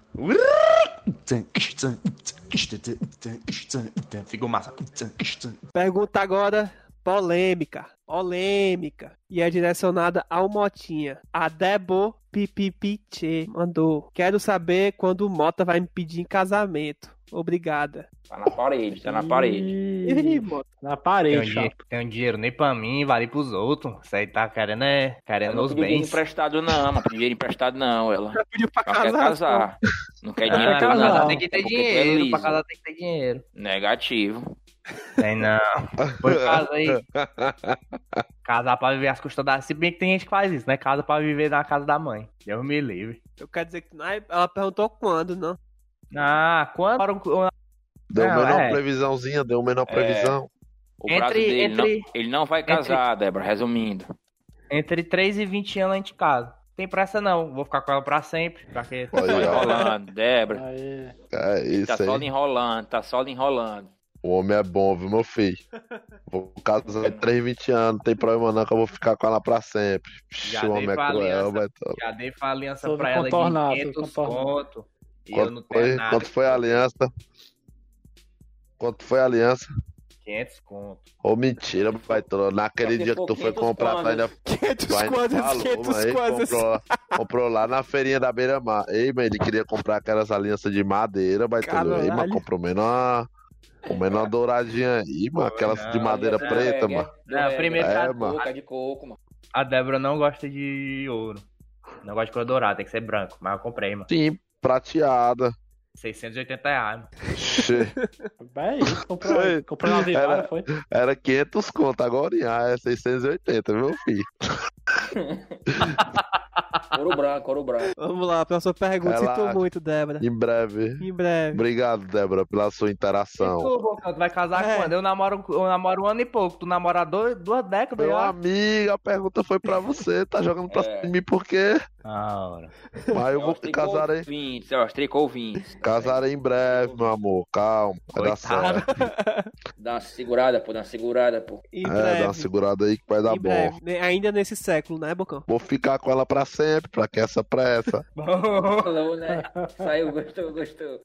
Ficou massa. Pergunta agora polêmica. Polêmica. E é direcionada ao Motinha. A Debo Pipipiche mandou. Quero saber quando o Mota vai me pedir em casamento. Obrigada. Tá na parede, tá na parede. Ih, Mota. Na Tem um, parede, dinheiro, chato. tem um dinheiro nem pra mim, vale pros outros. Isso aí tá querendo, é, Eu querendo não os pedi dinheiro bens. emprestado não, mas pedi dinheiro emprestado não, ela. Já pediu pra Ela quer casar? casar. Não quer Ah, dinheiro quer pra pra casar. casar casar. tem que ter Porque tu é dinheiro, pra liso. casar tem que ter dinheiro. Negativo. Tem não. Foi casa aí. Casar pra viver as custas da... Se bem que tem gente que faz isso, né? Casa pra viver na casa da mãe. Deus me livre. Eu quero dizer que não é... Ela perguntou quando, não? Ah, quando... Deu Não, menor é. previsãozinha, deu menor previsão. O Entre- braço dele, entre- não, ele não vai casar, Débora, resumindo. Entre três e vinte anos a gente casa. Tem pressa não. Vou ficar com ela pra sempre. Pra quê? Só Olha, ó. enrolando, Débora. Aí, É isso Tá só aí. enrolando, tá só enrolando. O homem é bom, viu, meu filho? Vou casar em três, vinte anos, não tem problema não, que eu vou ficar com ela pra sempre. Já Psh, o dei homem é pra cruel, aliança. vai todo. Já dei pra aliança Tô pra ela contornado, de tô quinhentos contornado. conto. E eu não Quanto tenho foi, nada. quanto foi a aliança? Quanto foi a aliança? quinhentos conto. Ô, mentira, vai todo. Naquele Só se dia que for tu foi quinhentos comprar, tu kwanzas. ainda, quinhentos tu ainda quantas, falou, quinhentos mas ele quantas. comprou, comprou lá na feirinha da Beira-Mar. Ei, mas ele queria comprar aquelas alianças de madeira, vai todo. Ei, mas Caralho. comprou menor, o menor douradinha aí, mano, aquelas de não, madeira É, preta, é, mano. é, Não, primeiro é, que é, a- de coco, é de coco, mano. A Débora não gosta de ouro. Não gosta de cor dourada, tem que ser branco. Mas eu comprei, mano. Sim, prateada. seiscentos e oitenta reais, mano. Xe, é isso, comprou, Ei, comprou na Vivara, era- foi? Era quinhentos conto, agora ah, é seiscentos e oitenta, meu filho. Ouro branco, ouro branco. Vamos lá, próxima pergunta. Relaxa. Sinto muito, Débora. Em breve. Em breve. Obrigado, Débora, pela sua E interação. tu, Bocão, tu vai casar É. quando? Eu namoro, eu namoro um ano e pouco. Tu namora dois, duas décadas Meu já? amigo, a pergunta foi pra você, tá jogando pra É. cima de mim por quê? Ah, ora. Mas eu vou casar aí. ouvintes, ó, os tricouvintes. Casar em breve, meu amor. Calma, vai dar Coitado. certo. Dá uma segurada, pô, dá uma segurada, pô. Em É, breve. dá uma segurada aí que vai dar Em bom. breve. Ne- Ainda nesse século, né, Bocão? Vou ficar com ela pra sempre, pra que essa pressa. Falou, né? Saiu, gostou, gostou.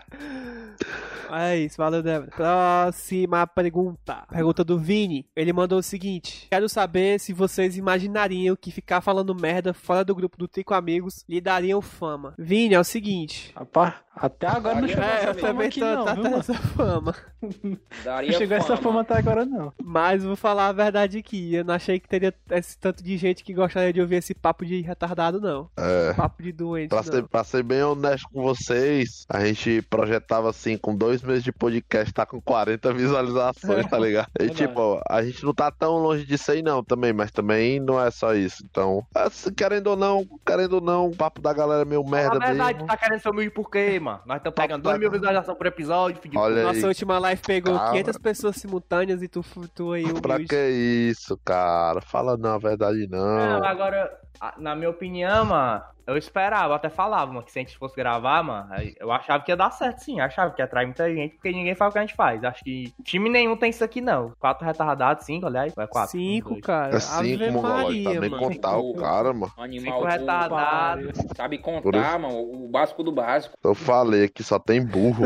É isso, valeu, Débora. Próxima pergunta. Pergunta do Vini. Ele mandou o seguinte: quero saber se vocês imaginariam que ficar falando merda fora do grupo do Trico Amigos lhe dariam fama. Vini, é o seguinte. Rapaz, Até agora não chegou É, essa eu fama também aqui tô, não, tá viu, tendo mano? essa fama. Não Daria chegou essa fama até agora não. Mas vou falar a verdade aqui, eu não achei que teria esse tanto de gente que gostaria de ouvir esse papo de retardado, não. É. Papo de doente, Pra não. ser, pra ser bem honesto com vocês, a gente projetava assim, com dois meses de podcast, tá com quarenta visualizações, tá ligado? E Verdade. tipo, a gente não tá tão longe disso aí não, também, mas também não é só isso. Então, assim, querendo ou não, querendo ou não, o papo da galera é meio merda Na verdade, mesmo. tá querendo ser humilde por quê, mano? Nós estamos pegando dois mil visualizações por episódio, filho de Olha Nossa aí. última live pegou Cara. quinhentas pessoas simultâneas e tu, tu aí, Pra humilde. que isso, cara? Fala não, a verdade não. Não, agora, a- na minha opinião, mano, eu esperava, eu até falava, mano, que se a gente fosse gravar, mano, aí eu achava que ia dar certo, sim. Eu achava que ia atrair muita gente, porque ninguém faz o que a gente faz. Acho que time nenhum tem isso aqui, não. Quatro retardados, cinco, aliás. É quatro. Cinco, dois. cara. É cinco, Ave mongoloide, Maria, também mano. contar o cara, mano. Animal Cinco retardados. sabe Por contar, isso- mano, o básico do básico. Eu falei que só tem burro.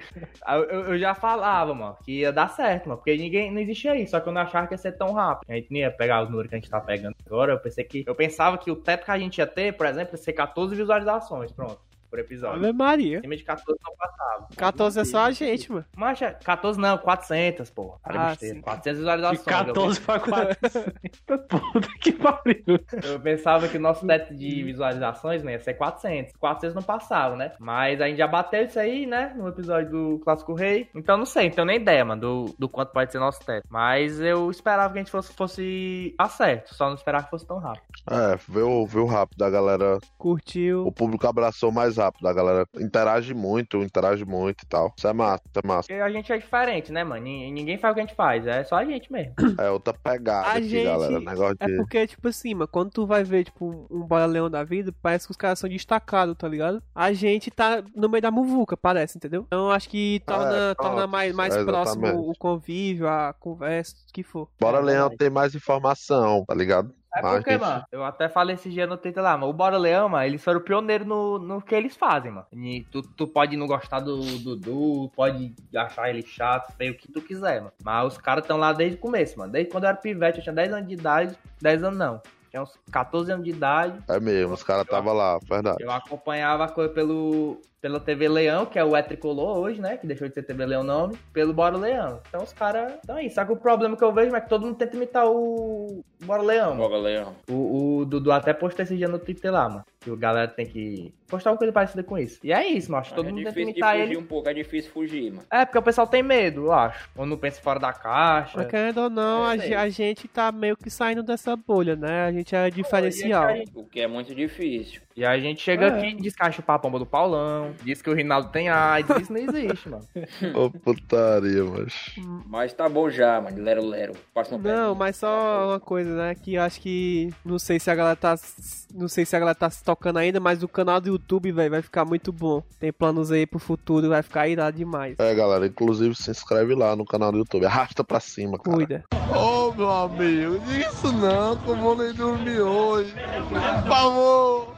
Eu, eu- eu já falava, mano, que ia dar certo, mano, porque ninguém, não existia isso, só que eu não achava que ia ser tão rápido. A gente não ia pegar os números que a gente tá pegando agora, eu pensei que, eu pensava que o teto que a gente ia ter, por exemplo, ia ser catorze visualizações, pronto, por episódio. Ave Maria. Acima de catorze não passava. quatorze é só a gente, mano. Mas é- catorze não, quatrocentas, pô. Cara, Ah, besteira. sim. quatrocentas De visualizações. eu quatorze pra quatrocentos. Puta que pariu. Eu pensava que o nosso teto de visualizações, né, ia ser quatrocentos. quatrocentos não passava, né? Mas a gente já bateu isso aí, né, no episódio do Clássico Rei. Então não sei, não tenho nem ideia, mano, do, do quanto pode ser nosso teto. Mas eu esperava que a gente fosse, fosse dar certo, só não esperava que fosse tão rápido. É, viu, viu rápido, a galera. Curtiu. O público abraçou mais rápido, a galera interage muito, interage muito e tal. Isso é massa, isso é massa. Porque a gente é diferente, né, mano? Nin- Ninguém faz o que a gente faz, é só a gente mesmo. É outra pegada A aqui, gente- galera. Negócio É de. porque, tipo assim, mano, quando tu vai ver, tipo, um Bora Leão da vida, parece que os caras são destacados, tá ligado? A gente tá no meio da muvuca, parece, entendeu? Então eu acho que torna, É, torna pronto, mais, mais é, próximo exatamente. o convívio, a conversa, o que for. Bora É, Leão verdade. tem mais informação, tá ligado? É A porque, gente- mano, eu até falei esse dia no Twitter lá, mas o Bora Leão, mano, eles foram pioneiros no, no que eles fazem, mano. E tu, tu pode não gostar do Dudu, pode achar ele chato, feio, o que tu quiser, mano. Mas os caras estão lá desde o começo, mano. Desde quando eu era pivete, eu tinha dez anos de idade, dez anos não. Tinha uns catorze anos de idade. É mesmo, os caras tava lá, verdade. Eu acompanhava a coisa pelo, pela T V Leão, que é o É Tricolor hoje, né? Que deixou de ser T V Leão nome, pelo Bora Leão. Então os caras. Então é isso. Só que o problema que eu vejo é que todo mundo tenta imitar o Bora Leão. mano. Boga Leão. O, o Dudu até postou esse dia no Twitter lá, mano. Que o galera tem que postar uma coisa parecida com isso. E é isso, mano. Acho que todo é mundo tenta difícil de imitar fugir ele. um pouco, é difícil fugir, mano. É, porque o pessoal tem medo, eu acho. Ou não pensa fora da caixa. Mas querendo ou não, É, a, sei. ge- a gente tá meio que saindo dessa bolha, né? A gente é diferencial. E a gente- O que é muito difícil. E a gente chega É. aqui e diz que vai chupar a pomba do Paulão. Diz que o Rinaldo tem AIDS. Isso não existe, mano. Ô putaria, mas. Mas tá bom já, mano. Lero, lero. Passa uma Não, pergunta. mas só uma coisa, né? Que eu acho que. Não sei se a galera tá. Não sei se a galera tá se tocando ainda, mas o canal do YouTube, velho, vai ficar muito bom. Tem planos aí pro futuro, vai ficar irado demais. É, galera, inclusive se inscreve lá no canal do YouTube. Arrasta pra cima, cara. Cuida. Ô, meu amigo, diga isso não, que eu vou nem dormir hoje. Por favor,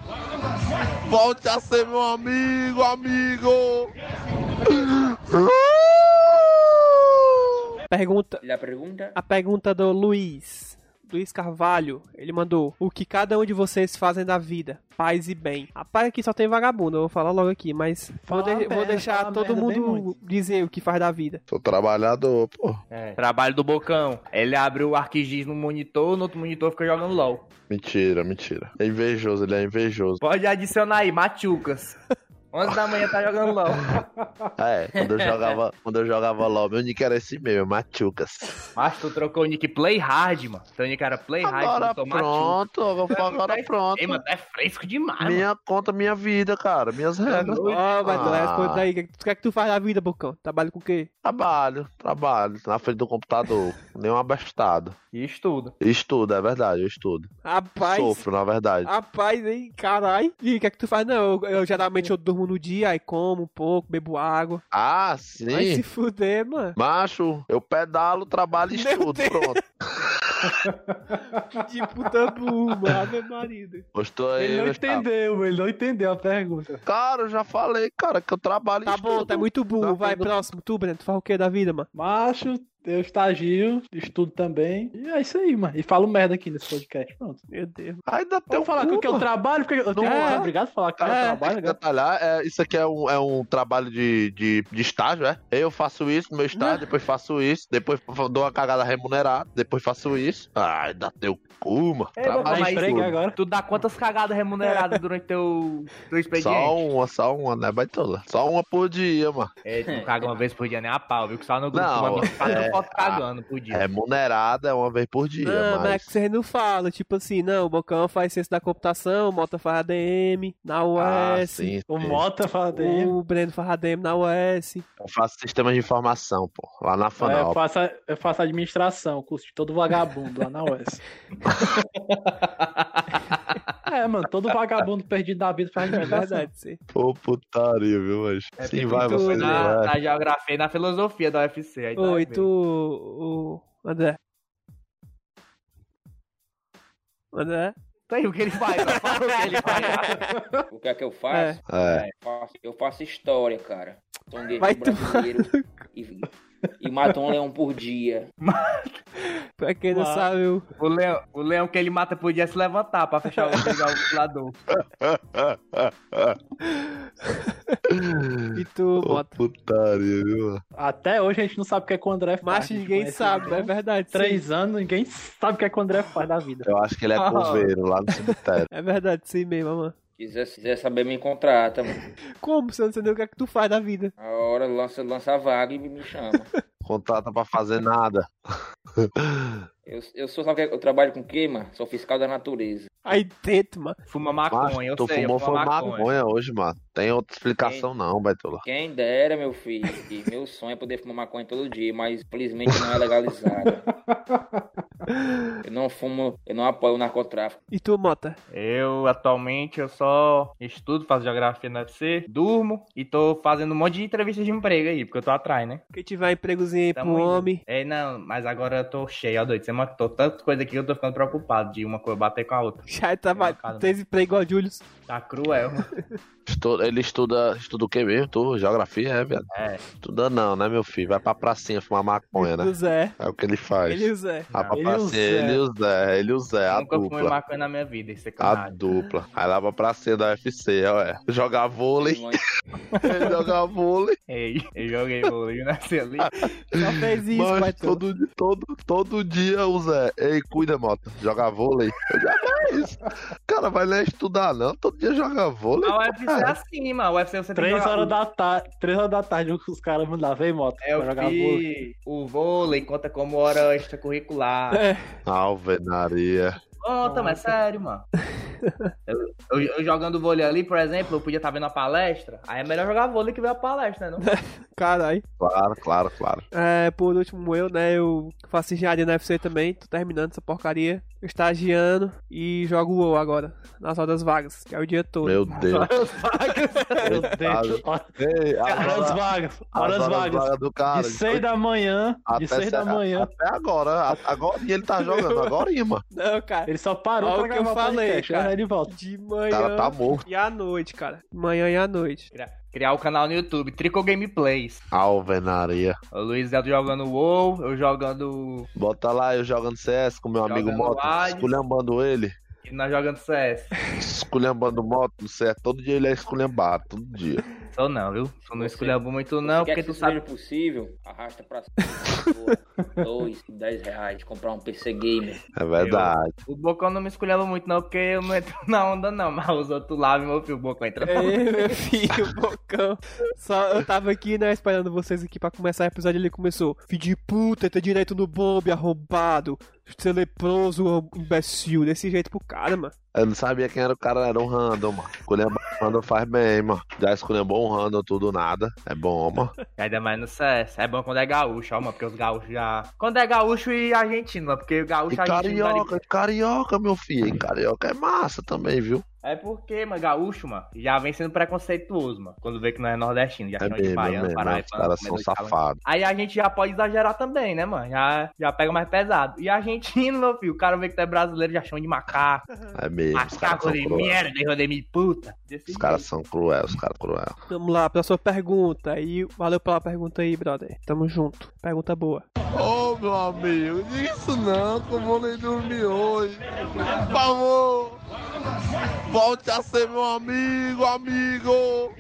volte a ser meu amigo, amigo. Pergunta. E a pergunta? A pergunta do Luiz. Luiz Carvalho, ele mandou: o que cada um de vocês fazem da vida? Paz e bem. Rapaz, aqui só tem vagabundo, eu vou falar logo aqui, mas vou, Fala de- merda, vou deixar fala todo merda bem mundo muito. dizer o que faz da vida. Sou trabalhador, pô. É. Trabalho do Bocão. Ele abre o ArcGIS no monitor, no outro monitor fica jogando LOL. Mentira, mentira. É invejoso, ele é invejoso. Pode adicionar aí, Machucas. onze da manhã tá jogando LOL. É, quando eu jogava, quando eu jogava LOL, meu nick era esse mesmo, Machucas. Mas tu trocou o nick Play Hard, mano. Teu nick era Play Hard, Agora tu botou Machucas. pronto, agora, agora Ei, pronto. mano, é fresco demais, mano. Minha conta, minha vida, cara. Minhas regras. Ó, mas tu Ah. responde aí, o que, que é que tu faz da vida, Bocão? Trabalha com o quê? Trabalho, trabalho. Na frente do computador. Nem um abestado. E estudo. Estudo, é verdade, eu estudo. Rapaz, Sofro, na verdade. rapaz, hein, carai. E o que é que tu faz? Não, eu, eu geralmente eu durmo no dia, aí como um pouco, bebo água. Ah, Vai se sim. fuder, mano. Macho, eu pedalo, trabalho e Meu estudo. Deus. Pronto. De puta burra, ave marido. Gostou aí, Ele não meu chapa? entendeu, ele não entendeu a pergunta. Cara, eu já falei, cara, que eu trabalho e Tá estudo. bom, tá muito burro. Na Vai, frente do- próximo. Tu, Breno, tu faz o que da vida, mano? Macho, Eu estagio, estudo também. E é isso aí, mano. E falo merda aqui nesse podcast. Pronto. Meu Deus. Ainda tem Vou falar que eu trabalho, porque eu tenho É. que ser obrigado a falar que eu É, trabalho, tem que né? detalhar, é, isso aqui é um, é um trabalho de, de, de estágio, é? Eu faço isso no meu estágio, depois faço isso, depois dou uma cagada remunerada, depois faço isso. Ai, dá teu cu, mano. Ei, Trabalho mas Vai emprego tudo. agora. Tu dá quantas cagadas remuneradas durante teu, teu expediente? Só uma, só uma, né, baitola? Só uma por dia, mano. É, tu não caga uma vez por dia nem a pau, viu? Que só no grupo Não, uma vinte e quatro é, fotos cagando por dia. Remunerada é uma vez por dia, Não, mas é mas... que vocês não falam, tipo assim, não, o Bocão faz ciência da computação, o Mota faz A D M na Ah, U S, sim, O sim. Mota fala dele. o Breno faz A D M na U S. Eu faço sistema de informação, pô, lá na É, eu, Fanal. faço, a- eu faço administração, curso de todo vagabundo lá na U S. É, mano, todo vagabundo perdido na vida faz É administração. verdade, sim. Pô, putaria, viu, mas... É sim, porque vai, tu você na, vai. na geografia e na filosofia da U F C. Aí dá Ô, e mesmo. tu, o André? André? Tá aí o que ele faz, ó. Fala o que ele faz. O que é que eu faço? É. Eu faço, eu faço história, cara. Sou um Vai guerreiro brasileiro e, e mato um leão por dia. Pra quem não Uau. sabe, o... O leão, o leão que ele mata podia se levantar pra fechar o ligar o ventilador. E tu, Ô, Mota? putaria, viu, mano? Até hoje a gente não sabe o que é que o André faz. Mas A gente ninguém conhece sabe, ele há é verdade. sim. Três anos, ninguém sabe o que é que o André faz da vida. Eu acho que ele é coveiro lá no cemitério. É verdade, sim mesmo, mano. Quiser, quiser saber, me contrata, mano. Como? Você não sei nem o que é que tu faz da vida. A hora lança, lança a vaga e me chama. Contrata pra fazer nada. Eu, eu sou, sabe o que é? Eu trabalho com o quê, mano? Sou fiscal da natureza. Aí dentro, mano. Fuma Mas maconha, eu tu sei. fumou eu fumo foi maconha hoje, mano. Tem outra explicação não, Baitola. Quem dera, meu filho. E meu sonho é poder fumar maconha todo dia, mas felizmente não é legalizado. Eu não fumo, eu não apoio o narcotráfico. E tu, Mota? Eu, atualmente, eu só estudo, faço geografia na U F C, durmo e tô fazendo um monte de entrevistas de emprego aí, porque eu tô atrás, né? Quem tiver empregozinho aí pro Tamo indo. homem. É, não, mas agora eu tô cheio, ó, doido. Você matou tanta coisa aqui que eu tô ficando preocupado de uma coisa bater com a outra. Já trabalha. Cara, Três empregos igual a Julius. Tá cruel, mano. Estu- Ele estuda, estuda o que mesmo? Tu? Geografia, é, viado? É. Estuda não, né, meu filho? Vai pra pracinha fumar maconha, né? O Zé. É o que ele faz. Ele e o Zé. Vai pra Ele e o pracinha, Zé. ele e o Zé, ele e o Zé, a Nunca fumei dupla. maconha na minha vida, isso é A canalha. dupla. Aí lá pra pracinha da U F C, ó, é. Jogar vôlei, jogar vôlei. Ei, eu joguei vôlei, eu nasci ali. Só fez isso, Mas vai todo, di- todo, todo dia o Zé, ei, cuida, Mota, jogar vôlei. Eu já é isso. Cara, vai lá estudar, não. Todo dia joga vôlei. A U F C é assim, mano. A U F C você tem que Três jogar- horas da tarde, três horas da tarde, os caras mandavam, vem, moto, É, eu pra jogar vôlei. fiz o vôlei, conta como hora extracurricular. É. Alvenaria. Conta, mas é sério, mano. Eu, eu- eu jogando vôlei ali, por exemplo, eu podia estar vendo a palestra. Aí é melhor jogar vôlei que ver a palestra, né? Não? Caralho. Claro, claro, claro. É, por último, eu, né? Eu faço engenharia na U F C também. Tô terminando essa porcaria. Estagiando e jogo WoW agora. Nas horas vagas, que é o dia todo. Meu Deus. Meu Deus. Ei, Horas agora- vagas, as horas vagas. do cara. De seis da manhã, de Até seis se- da manhã. Até agora. a- Agora e ele tá jogando. Agora, mano. Não, cara. Ele só parou Olha pra o que eu gravar o falei, podcast, cara. aí ele volta. De O manhã cara tá morto. e à noite, cara. Manhã e à noite. Criar- Criar o canal no YouTube, Trico Gameplays. Alvenaria. O Luiz Eldo jogando WoW, eu jogando. Bota lá eu jogando C S com meu Jogando amigo Moto. Hades. Esculhambando ele. E nós jogando C S. Esculhambando Moto no C S. Todo dia ele é esculhambado. Todo dia. Sou não, viu? Sou não Você- esculhambo muito não, Quer porque que tu isso sabe. seja possível, arrasta pra cima. Dois, dez reais, comprar um P C Gamer. É verdade. O Bocão não me esculhamba muito não, porque eu não entro na onda não, mas os outros lá, meu filho, o Bocão entra na onda. Ei, meu filho, bocão. Só eu tava aqui, né, esperando vocês aqui pra começar o episódio. Ele começou. Filho de puta, tá direito no bombe, arrombado. Ser leproso, imbecil. Desse jeito pro cara, mano. Eu não sabia quem era o cara, era um random, mano. Esculhambar um random faz bem, mano. Já esculhambou um random, tudo nada. É bom, mano. Ainda mais no C S. É bom quando é gaúcho, ó, mano, porque os gaúchos já. Quando é gaúcho e argentino, mano, porque o gaúcho E e argentino. dá carioca, e carioca, meu filho. E carioca é massa também, viu? É porque, mano, gaúcho, mano, já vem sendo preconceituoso, mano. Quando vê que não é nordestino, já É chama de mesmo, é baiano, mesmo. paraibano. Os caras são comedor de calango. safados. Aí a gente já pode exagerar também, né, mano? Já, já pega mais pesado. E argentino, meu filho, o cara vê que tu é brasileiro, já chama de macaco. É mesmo. Os caras Macaco são de cruéis. merda, hijo de mi puta. Desse Os caras jeito. são cruéis, os caras cruéis. Vamos lá, pra sua pergunta. E valeu pela pergunta aí, brother. Tamo junto. Pergunta boa. Ô, meu amigo, diga isso não, que eu vou nem dormir hoje. Por favor, volte a ser meu amigo, amigo.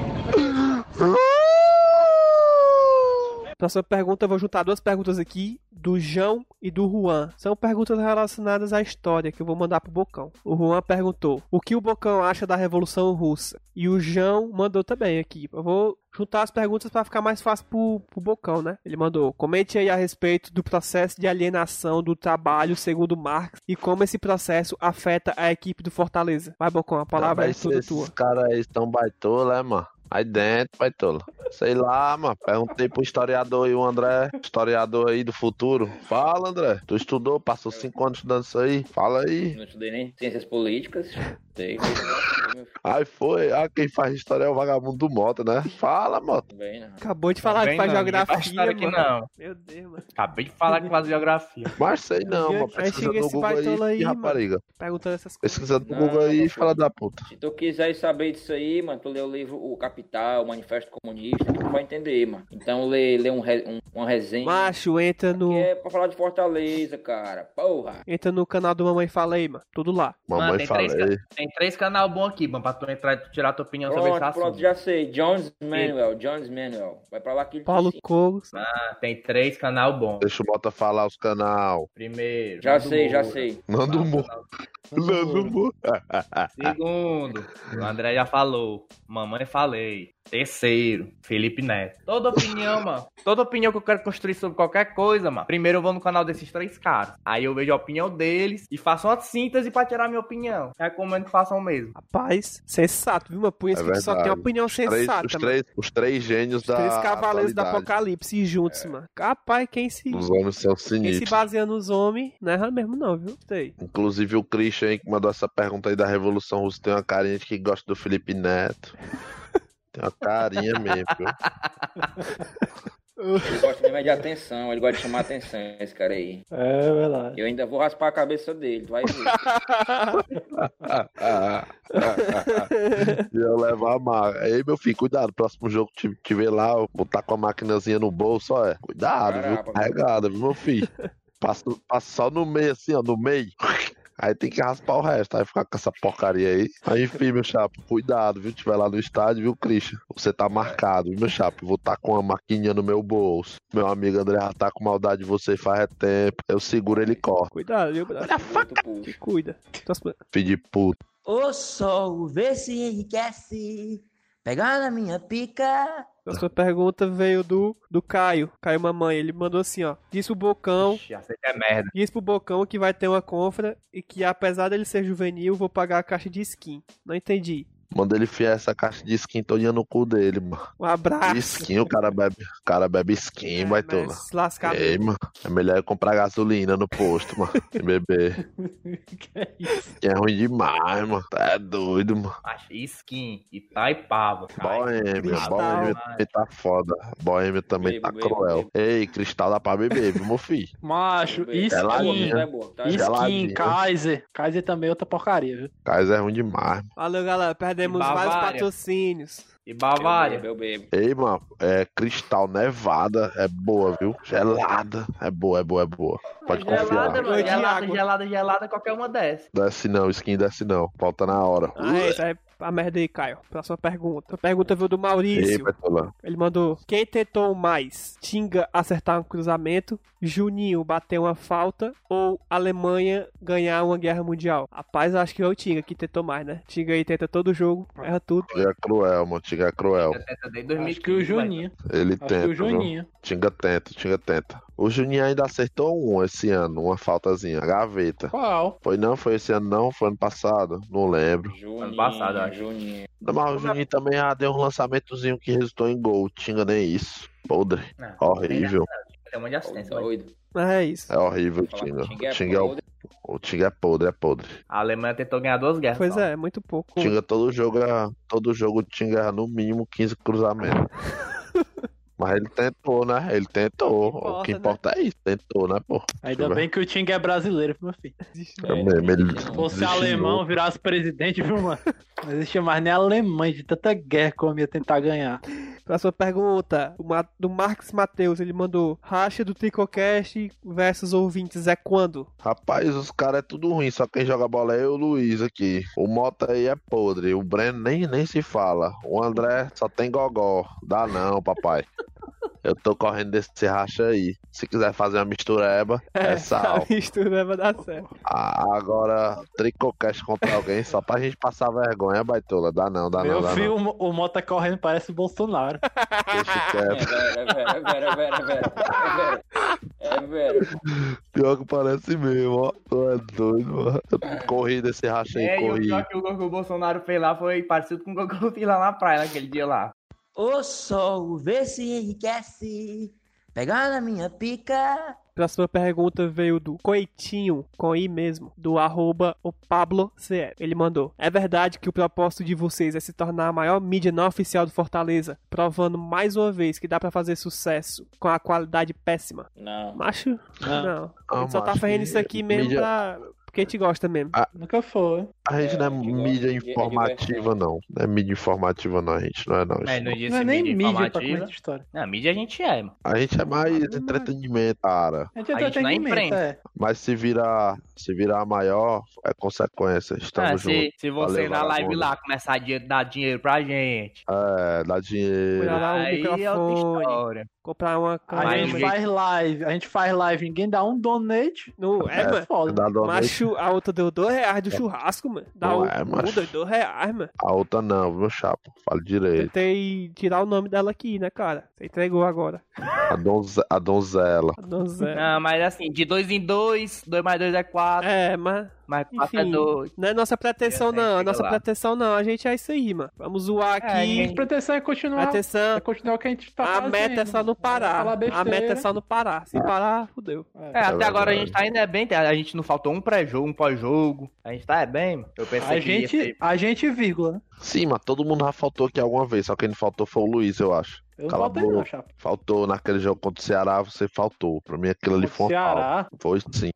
Pra sua pergunta, eu vou juntar duas perguntas aqui, do João e do Juan. São perguntas relacionadas à história que eu vou mandar pro Bocão. O Juan perguntou: o que o Bocão acha da Revolução Russa? E o João mandou também aqui. Eu vou juntar as perguntas para ficar mais fácil pro, pro Bocão, né? Ele mandou: comente aí a respeito do processo de alienação do trabalho segundo Marx e como esse processo afeta a equipe do Fortaleza. Vai, Bocão, a palavra é toda tua. Esses caras aí estão baitola, né, mano? Aí dentro, baitola. Sei lá, mano. Perguntei pro historiador aí, o André, historiador aí do futuro. Fala, André. Tu estudou, passou cinco anos estudando isso aí? Fala aí. Não estudei nem ciências políticas. Sei. Aí foi. Ah, quem faz história é o vagabundo do Mota, né? Fala, Mota. Bem, né? Acabou de falar Também que faz não, ninguém faz geografia, história aqui, mano. não. Meu Deus, mano. Acabei de falar que faz geografia. Mas sei não, Aí mano. Pesquisa chega no esse Google baitola aí, aí, mano. rapariga. Perguntando essas coisas. Pesquisa no Não, Google aí, meu fala filho. da puta. Se tu quiser saber disso aí, mano, tu lê o livro O Capital, o Manifesto Comunista, que tu vai entender, mano. Então lê, lê um, re- um- uma resenha. Macho, entra no, Que é pra falar de Fortaleza, cara. Porra. entra no canal do Mamãe Falei, mano. Tudo lá. Mamãe Mano, tem três, falei. ca- tem três canal bons aqui, mano, pra tu entrar e tu tirar tua opinião sobre esse Pronto, assunto. pronto, já sei. Jones Manuel, Jones Manuel. Vai pra lá que ele te Paulo ensina. Couros. Ah, tem três canal bons. Deixa o Mota falar os canal. Primeiro. Já Nando sei, já Moura. sei. Nando Mo. Nando Mo. Segundo, o André já falou. Mamãe falei. Terceiro, Felipe Neto. Toda opinião, mano. Toda opinião que eu quero construir sobre qualquer coisa, mano. Primeiro eu vou no canal desses três caras. Aí eu vejo a opinião deles e faço uma síntese pra tirar a minha opinião. Recomendo que façam o mesmo. Rapaz, sensato, viu, mano? Por isso É que só tem verdade. opinião Os três, sensata, os, mano. três, os três gênios Os da três cavaleiros do atualidade. apocalipse juntos, mano. Rapaz, quem se, Os homens são quem se sinistros. baseia nos homens, não erra mesmo não, viu? Sei. Inclusive o Christian aí que mandou essa pergunta aí da Revolução Russa tem uma carinha de que gosta do Felipe Neto. Tem uma carinha mesmo, viu? Ele gosta mesmo é de atenção, ele gosta de chamar atenção, esse cara aí. É verdade. Eu ainda vou raspar a cabeça dele, tu vai ver. E eu levo a máquina. Aí, meu filho, cuidado. Próximo jogo que tiver lá, eu vou estar com a maquinazinha no bolso, ó. É. Cuidado, viu? Caramba. Carregada, viu, meu filho? Passa, passa só no meio, assim, ó, no meio. Aí tem que raspar o resto, aí ficar com essa porcaria aí. Aí, enfim, meu chapa, cuidado, viu? Tiver lá no estádio, viu, Christian? Você tá marcado, viu, meu chapa? Vou tá com uma maquininha no meu bolso. Meu amigo André já tá com maldade de você faz é tempo. Eu seguro, ele corre. Cuidado, viu, brother? Que cuida. Filho de puta. O sol vê se enriquece, pegar na minha pica. A sua pergunta veio do, do Caio, Caio Mamãe. Ele mandou assim, ó. Diz pro Bocão. Já sei que é merda. Diz pro Bocão que vai ter uma confra e que apesar dele ser juvenil, vou pagar a caixa de skin. Não entendi. Manda ele enfiar essa caixa de skin todinha no cu dele, mano. Um abraço. Skin, o cara bebe, o cara bebe skin, vai tola. Se lascar Ei, mesmo. mano. É melhor eu comprar gasolina no posto, mano. E beber. Que é isso? Que é ruim demais, mano. Tá é doido, mano. Acho skin, Itaipava, cara. Boêmia, Cristal. Boêmia também tá foda. Boêmia também Bebo, tá bebo, cruel. bebo. Ei, cristal dá pra beber, viu, meu filho? Macho, É skin. latinha. Não é boa, tá? Skin, Geladinho. Kaiser. Kaiser também é outra porcaria, viu? Cais é ruim demais. Valeu, galera. Perdemos E vários Bavária. patrocínios. E Eu Bavária. bebo, eu bebo. Ei, mano, é cristal nevada, é boa, viu? Gelada, é boa, é boa, é boa. Pode Gelada, confiar. mano. Oi, de Gelada, água. gelada, gelada, qualquer uma desce. Desce não, skin desce não. Volta na hora. Ah, é, isso aí. A merda aí, Caio. Próxima pergunta. A pergunta veio do Ei, Maurício. Petolã. Ele mandou: quem tentou mais? Tinga acertar um cruzamento, Juninho bater uma falta ou Alemanha ganhar uma guerra mundial? Rapaz, eu acho que é o Tinga que tentou mais, né? Tinga aí tenta todo jogo, erra tudo. Tinga é cruel, mano. Tinga é cruel. Tenta desde dois mil e Acho que o quinze, vai. Juninho. Ele Acho tenta. que o viu? Juninho. Tinga tenta, Tinga tenta. O Juninho ainda acertou um esse ano, uma faltazinha, gaveta. Qual? Foi não? Foi esse ano não? Foi ano passado? Não lembro. Juninho, Ano passado, acho. Juninho. Não, mas o Juninho também já deu um lançamentozinho que resultou em gol. Tinga nem isso. Podre. Não, Horrível. Tem um monte de assistência. Tá doido. Mas é isso. É horrível o Falar que Tinga. o Tinga é O Tinga é o, podre. o Tinga é podre, é podre. A Alemanha tentou ganhar duas guerras. Pois só. é, muito pouco. O Tinga todo jogo, é- todo jogo o Tinga erra no mínimo quinze cruzamentos. Mas ele tentou, né? Ele tentou. Importa, O que né? importa é isso, tentou, né, pô? Ainda bem que o Ting é brasileiro, meu filho. É mesmo, ele Se fosse desistiu. alemão, virasse presidente, viu, mano? Não existia mais nem Alemanha de tanta guerra que eu ia tentar ganhar. Próxima pergunta, do Ma- do Marcos Matheus, ele mandou: racha do Tricocast versus ouvintes é quando? Rapaz, os caras é tudo ruim, só quem joga bola é eu e o Luiz aqui. O Mota aí é podre, o Breno nem, nem se fala. O André só tem gogó. Dá não, papai. Eu tô correndo desse racha aí. Se quiser fazer uma mistureba, é sal. A mistura vai dar certo. Ah, agora, Tricocast contra alguém só pra gente passar vergonha, baitola. Dá não, dá Meu não, dá filho, não. o, o Mota correndo parece o Bolsonaro. Deixa É quieto. vera, é vera, é vera, é vera, é vera. É vera. Pior que parece mesmo, ó. Tu é doido, mano. Eu corri desse racha aí, É, e o corri. pior que o gol que o Bolsonaro fez lá foi parecido com o gol que eu fiz lá na praia naquele dia lá. O sol vê se enriquece, pegar na minha pica. Próxima pergunta veio do Coitinho, com I mesmo, do arroba o Pablo C R. Ele mandou: é verdade que o propósito de vocês é se tornar a maior mídia não oficial do Fortaleza, provando mais uma vez que dá pra fazer sucesso com a qualidade péssima? Não. Macho? Não. Não. A Ah, gente só tá macho, fazendo isso aqui mesmo mídia- pra... porque a gente gosta mesmo. Nunca foi. A gente não é É, igual- mídia é informativa, não. Não é mídia informativa, não, a gente. Não é, não. É, Isso não não. disse Não é nem mídia mídia pra informativa. contar história. Não, mídia a gente é, mano. A gente é mais entretenimento, cara. A gente é A gente não é entretenimento, imprensa. é. Mas se virar, se virar a maior, é consequência. Ah, Estamos se, juntos. se você Valeu, na live vagabundo. lá começar a di- dar dinheiro pra gente, É, dá dinheiro. Melhorar o aí é outra microfone, história. comprar uma A Mas gente ninguém- faz live, a gente faz live, ninguém dá um donate. No, é, É, mano. foda. Dá dó noite. Macho, a outra deu dois reais do churrasco, mano. Dá Não o é, cu, macho. dois dois reais, mano. A outra não, meu chapa. Fale direito. Tentei tirar o nome dela aqui, né, cara? Você entregou agora. A, donze... a donzela. A donzela. Não, mas assim, de dois em dois, dois mais dois é quatro, É, mas, mais quatro é enfim, dois. não é nossa pretensão, Eu sei, não. A chega nossa lá. pretensão, não. A gente é isso aí, mano. Vamos zoar É, aqui. ninguém- A pretensão é continuar, Atenção. é continuar o que a gente tá A fazendo. meta é só não parar. Falar A besteira. meta é só não parar. Se parar, fudeu. É, até verdade. agora a gente tá indo é bem, a gente não faltou um pré-jogo, um pós-jogo. A gente tá é bem, mano. Eu pensei A que ia gente, ser- a gente, vírgula. né? Sim, mas todo mundo já faltou aqui alguma vez. Só quem não faltou foi o Luiz, eu acho. Eu não Cala a faltei não, boca. chapa. Faltou naquele jogo contra o Ceará, você faltou. Pra mim aquilo ali foi um pau. Ceará. Foi sim.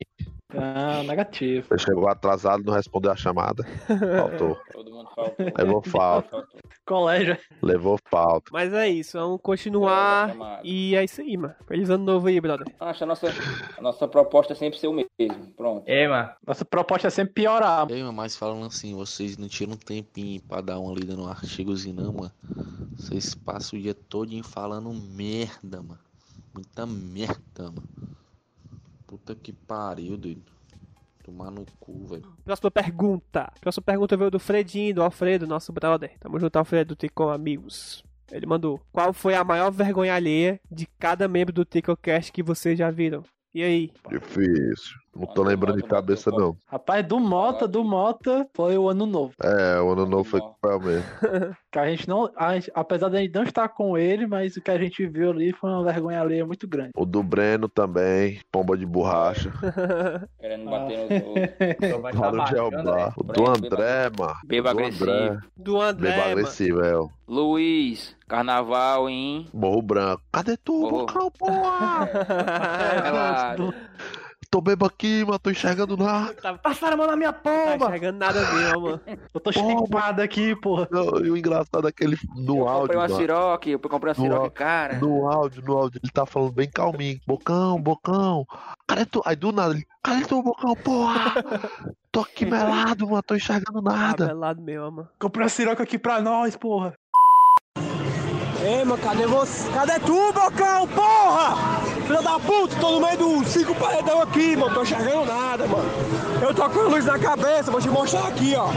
Ah, negativo. Você chegou atrasado, não respondeu a chamada. Faltou. Todo mundo faltou. Levou falta. Faltou. Colégio. Levou falta. Mas é isso. Vamos continuar. E é isso aí, mano. Feliz ano novo aí, brother. Acho a nossa, a nossa proposta é sempre ser o mesmo. Pronto. É, mano. Nossa proposta é sempre piorar. Ei, mano, mas falando assim, vocês não tiram um tempinho pra dar uma lida no artigozinho, não, mano? Vocês passam o dia todinho falando merda, mano. Muita merda, mano. Puta que pariu, doido. Tomar no cu, velho. Próxima pergunta. Próxima pergunta veio do Fredinho, do Alfredo, nosso brother. Tamo junto, Alfredo, do Ticom Amigos. Ele mandou: qual foi a maior vergonha alheia de cada membro do TicoCast que vocês já viram? E aí? Difícil. Não tô lembrando de cabeça, não. Rapaz, do Mota, do Mota, foi o ano novo. É, o ano novo foi cruel mesmo. Que a gente não. A gente, apesar de a gente não estar com ele, mas o que a gente viu ali foi uma vergonha alheia muito grande. O do Breno também, pomba de borracha. Querendo bater nos outros. Vai Para de roubar. O do André, mano. Beba O do agressivo. André. Do André, Beba mano. agressivo, é. ó. Luiz, carnaval em. Morro Branco. Cadê tu, Morro. Bocão, porra? Claro. Tô bebo aqui, mano. Tô enxergando nada. Passaram a mão na minha Tá pomba! enxergando nada mesmo, mano. Eu tô chipado aqui, porra. Não, e o engraçado é que ele, no Eu áudio, comprei uma mano, siroque, eu comprei uma No siroque áudio. cara. no áudio, no áudio, ele tá falando bem calminho. Bocão, Bocão. Cadê tu? Aí do nada ele, cadê tu, Bocão, porra? Tô aqui melado, mano. Tô enxergando Tá nada. pelado mesmo, mano. Comprei a siroca aqui pra nós, porra. Ei, mano, cadê você? Cadê tu, Bocão, porra? Filha da puta, tô no meio dos cinco paredão aqui, mano. Tô enxergando nada, mano. Eu tô com a luz na cabeça, vou te mostrar aqui, ó.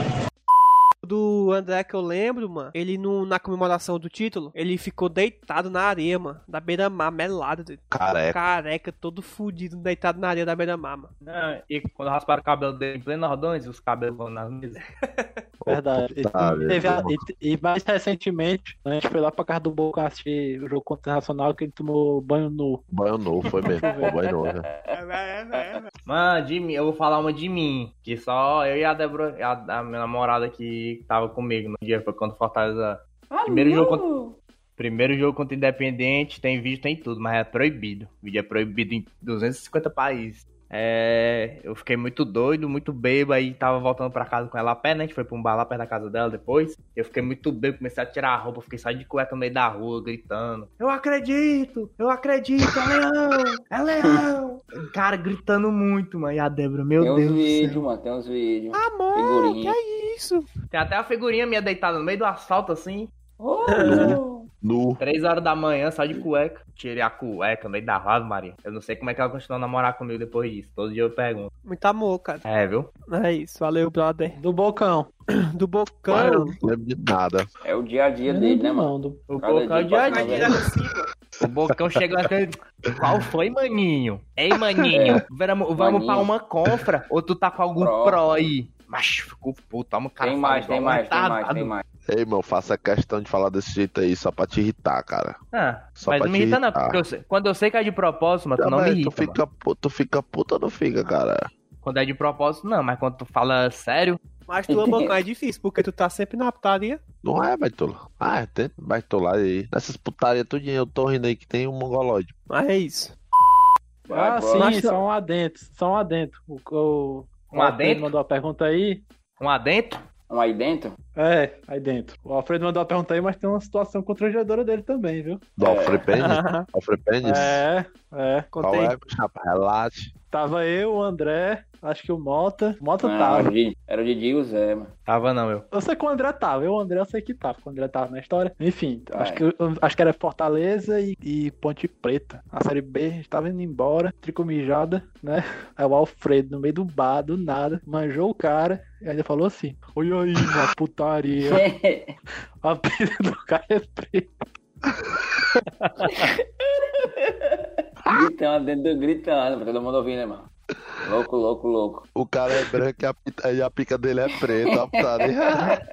Do André que eu lembro, mano, ele no, na comemoração do título, ele ficou deitado na areia, mano, da beira-mar, melado, doido. Careca. Careca, todo fudido, deitado na areia da beira-mar, mano. Não, e quando rasparam o cabelo dele em pleno Rodões, os cabelos vão nas mesas. Verdade. E, Otário, teve a- irmão. e- e mais recentemente, a gente foi lá pra casa do Boca assistir o jogo contra o Internacional que ele tomou banho nu. Banho novo, foi mesmo. Foi banho novo. Mano, de mim, eu vou falar uma de mim, que só eu e a Débora, a, a minha namorada que tava comigo no dia, foi quando o Fortaleza. Primeiro jogo contra, primeiro jogo contra o Independente, tem vídeo, tem tudo, mas é proibido. O vídeo é proibido em duzentos e cinquenta países. É, eu fiquei muito doido, muito bêbado, aí tava voltando pra casa com ela a pé, né? A gente foi pra um bar lá perto da casa dela depois. Eu fiquei muito bêbado, comecei a tirar a roupa, fiquei saindo de cueca no meio da rua, gritando. Eu acredito! Eu acredito! É leão! É leão! Cara, gritando muito, mano. E a Débora, meu Tem Deus uns do céu. vídeos, mano, tem uns vídeos. Amor, Figurinha. que é isso? Tem até a figurinha minha deitada no meio do asfalto, assim. Nu. Três horas da manhã, só de cueca. Tirei a cueca no meio da rua, Maria. Eu não sei como é que ela continuou a namorar comigo depois disso. Todo dia eu pergunto. Muito amor, cara. É, viu? É isso, valeu, brother. Do Bocão. Do Mas eu Bocão. não lembro de nada. É o dia a dia dele, né, mano? Não, do- O Cada Bocão dia dia a passa dia. mais O Bocão chega naquele. Qual foi, maninho? Ei, maninho. Vamos, vamos Maninho. pra uma confra? Ou tu tá com algum Pro. pro aí? Mas ficou puto, toma o cara. Tem fala mais, tem igual um mais, tem mais, retardado. tem mais. Ei, irmão, faça questão de falar desse jeito aí só pra te irritar, cara. Ah, Só mas pra não me te irrita, não. irritar. Porque eu sei- quando eu sei que é de propósito, mas tu não me Também, irrita. tu fica puto, tu fica puto ou não fica, cara? Quando é de propósito, não. Mas quando tu fala sério. Mas tua Bocão é difícil, porque tu tá sempre na putaria. Não é, baitola. Ah, é, tem baitola aí. Nessas putarias tudinho, eu tô rindo aí que tem um mongolóide. Mas é isso. Ah, Vai, sim, Mas- só um adentro. Só um adentro. O, o, Um o Alfredo adentro? mandou a pergunta aí. Um adentro? Um aí dentro? É, aí dentro. O Alfredo mandou a pergunta aí, mas tem uma situação constrangedora dele também, viu? Do É. Alfred Pendes? Alfred Pendes? É, é. Qual Contei. é, chapa? Relaxe. Tava eu, o André, acho que o Mota. O Mota Não, tava. era o Didi- era o Didi e o Zé, mano. Tava não, eu. Eu sei que o André tava, eu o André eu sei que tava, que o André tava na história. Enfim, É. acho, que, eu- acho que era Fortaleza e, e Ponte Preta. A Série B, a gente tava indo embora, tricomijada, né? Aí o Alfredo, no meio do bar, do nada, manjou o cara e ainda falou assim: olha aí, uma putaria. A pena do cara é preto. Gritando, dentro do gritando, pra todo mundo ouvir, né, mano? Louco, louco, louco. O cara é branco e a, pita- e a pica dele é preta, a putaria.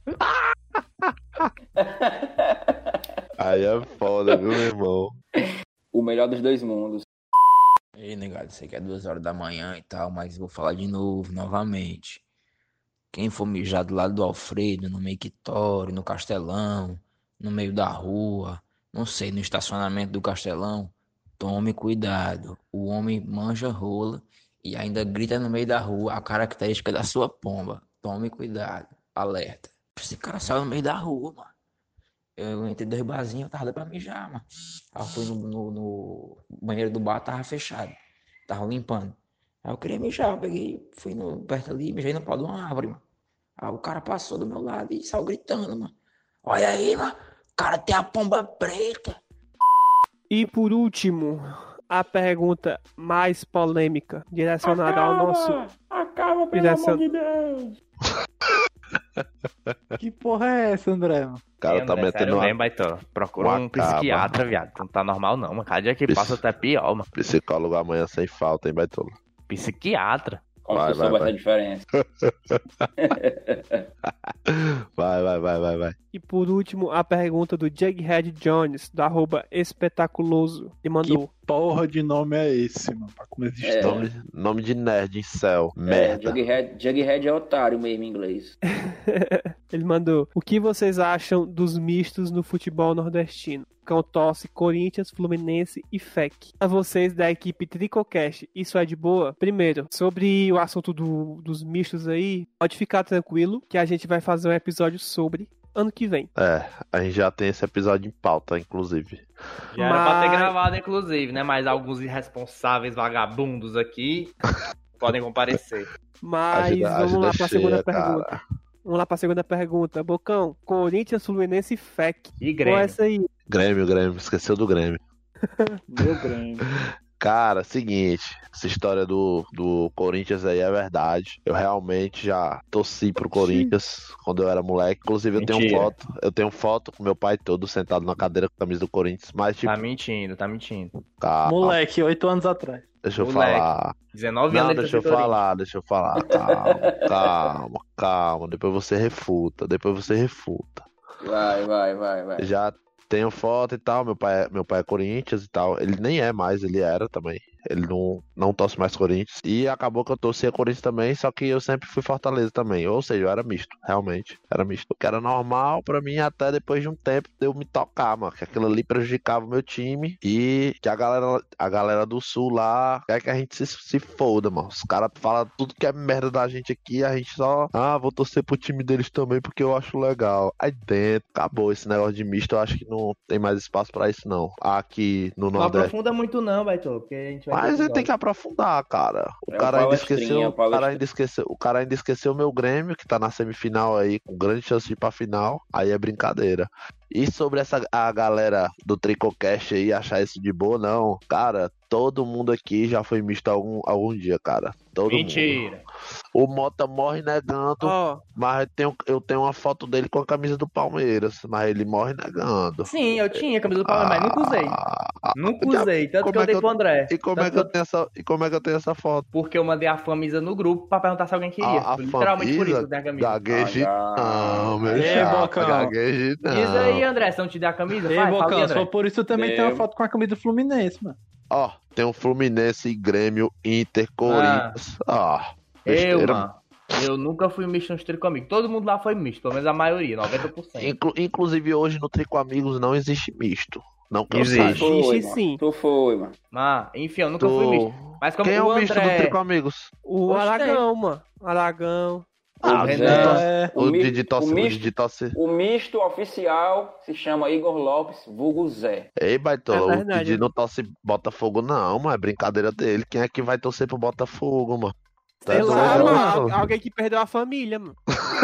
Aí é foda, viu, meu irmão? O melhor dos dois mundos. Ei, negado, sei que é duas horas da manhã e tal, mas vou falar de novo, novamente. Quem for mijar do lado do Alfredo, no Meiquitório, no Castelão, no meio da rua, não sei, no estacionamento do Castelão, tome cuidado. O homem manja rola e ainda grita no meio da rua a característica da sua pomba. Tome cuidado. Alerta. Esse cara saiu no meio da rua, mano. Eu entrei dois barzinhos, eu tava dando pra mijar, mano. Aí eu fui no, no- no banheiro do bar, tava fechado. Tava limpando. Aí eu queria mijar, eu peguei, fui no, perto ali, mijei no pau de uma árvore, mano. Aí o cara passou do meu lado e saiu gritando, mano. Olha aí, mano. O cara tem a pomba preta. E por último, a pergunta mais polêmica, direcionada ao nosso. Acaba, pelo amor de Deus! Que porra é essa, André? Mano? O cara Ei, tá André, metendo sério uma mesmo, baitola. Procura um Acaba. psiquiatra, viado. Não tá normal não, mano. Cada dia que Psi- passa até pior, mano. psicólogo amanhã sem falta, hein, baitola? Psiquiatra. Como Vai, tu vai, soube vai. essa diferença? Vai, vai, vai, vai, vai. E por último, a pergunta do Jughead Jones, do arroba espetaculoso. Ele mandou. Porra de nome é esse, mano? Pra começar de É. história. Nome, nome de nerd em céu. É, Merda. Jughead, Jughead é otário mesmo em inglês. Ele mandou: o que vocês acham dos mistos no futebol nordestino? Cão Tosse, Corinthians, Fluminense e F E C. A vocês da equipe Tricocast, isso é de boa? Primeiro, sobre o assunto do- dos mistos aí, pode ficar tranquilo que a gente vai fazer um episódio sobre ano que vem. É, a gente já tem esse episódio em pauta, inclusive. Já era pra ter Mas- gravado, inclusive, né? Mas alguns irresponsáveis vagabundos aqui podem comparecer. Mas Ajuda- vamos ajuda lá pra segunda cheia, cara. pergunta. Vamos lá pra segunda pergunta. Bocão, Corinthians, Fluminense e F E C. E Qual Grêmio. é essa aí? Grêmio, Grêmio, esqueceu do Grêmio. Meu Grêmio. Cara, seguinte, essa história do, do Corinthians aí é verdade. Eu realmente já torci pro Corinthians quando eu era moleque. Inclusive, eu tenho Mentira. foto. Eu tenho foto com meu pai todo sentado na cadeira com a camisa do Corinthians. Mas, tipo, Tá mentindo, tá mentindo. calma. Moleque, oito anos atrás. deixa eu Moleque. falar. dezenove Não, anos ele deixa eu torceu Corinthians. falar, deixa eu falar. Calma, calma, calma. Depois você refuta, depois você refuta. Vai, vai, vai, vai. Já tenho foto e tal, meu pai, é- meu pai é Corinthians e tal. Ele nem é mais, ele era também. Ele não, não torce mais Corinthians. E acabou que eu torcia Corinthians também, só que eu sempre fui Fortaleza também. Ou seja, eu era misto, realmente. Era misto. O que era normal pra mim até depois de um tempo de eu me tocar, mano. Que aquilo ali prejudicava o meu time. E que a galera, a galera do Sul lá quer que a gente se, se foda, mano. Os caras falam tudo que é merda da gente aqui. A gente só, ah, vou torcer pro time deles também porque eu acho legal. Aí dentro, acabou esse negócio de misto. Eu acho que não tem mais espaço pra isso, não. Aqui no Não Nordeste. aprofunda muito não, Baitô, porque a gente vai... Mas ter ele tem que aprofundar, cara. O É cara ainda palestrinha, esqueceu, o cara palestrinha. ainda esqueceu, o cara ainda esqueceu o meu Grêmio, que tá na semifinal aí, com grande chance de ir pra final. Aí é brincadeira. E sobre essa a galera do Tricocast aí achar isso de boa, não. Cara, todo mundo aqui já foi misto algum, algum dia, cara. Todo Mentira. mundo. O Mota morre negando, Ó, mas eu tenho, eu tenho uma foto dele com a camisa do Palmeiras, mas ele morre negando. Sim, eu tinha a camisa do Palmeiras, mas nunca usei. Ah, Nunca já- usei, tanto como que eu é dei que pro eu- André. E como Tanto é que eu tenho essa, e como é que eu tenho essa foto? Porque eu mandei a camisa no grupo pra perguntar se alguém queria. A, a Literalmente por isso família, eu tenho a camisa. gagueje Ah, não, meu Ei, chapa, Bocão. gagueje não. Diz aí, André, se eu não te der a camisa, Ei, vai, fala aí, Bocão, se André. for por isso, eu também Deu. tenho uma foto com a camisa do Fluminense, mano. Ó, tem o Fluminense, Grêmio, Inter, Corinthians. Ah, Eu, besteira. mano, eu nunca fui misto nos tricô amigos. Todo mundo lá foi misto, pelo menos a maioria, noventa por cento. Inclu- inclusive hoje no Trico Amigos não existe misto. Não que eu Existe. saiba. Existe Foi, mano. sim. Tu foi, mano. Mas, enfim, eu nunca Tu- fui misto. Mas como Quem é o o misto do André... Trico Amigos? O Gostei. Aragão, mano. Aragão. Ah, o o Renan. Didi- É, O o mi- Didi tosse, o o misto- Didi tosse. O misto oficial se chama Igor Lopes, vulgo Zé. Ei, Baitola, É o verdade. Didi não torce Botafogo não, mano, é brincadeira dele. Quem é que vai torcer pro Botafogo, mano? Tá Sei lá, doido, mano. Baitola? al- Alguém que perdeu a família, mano.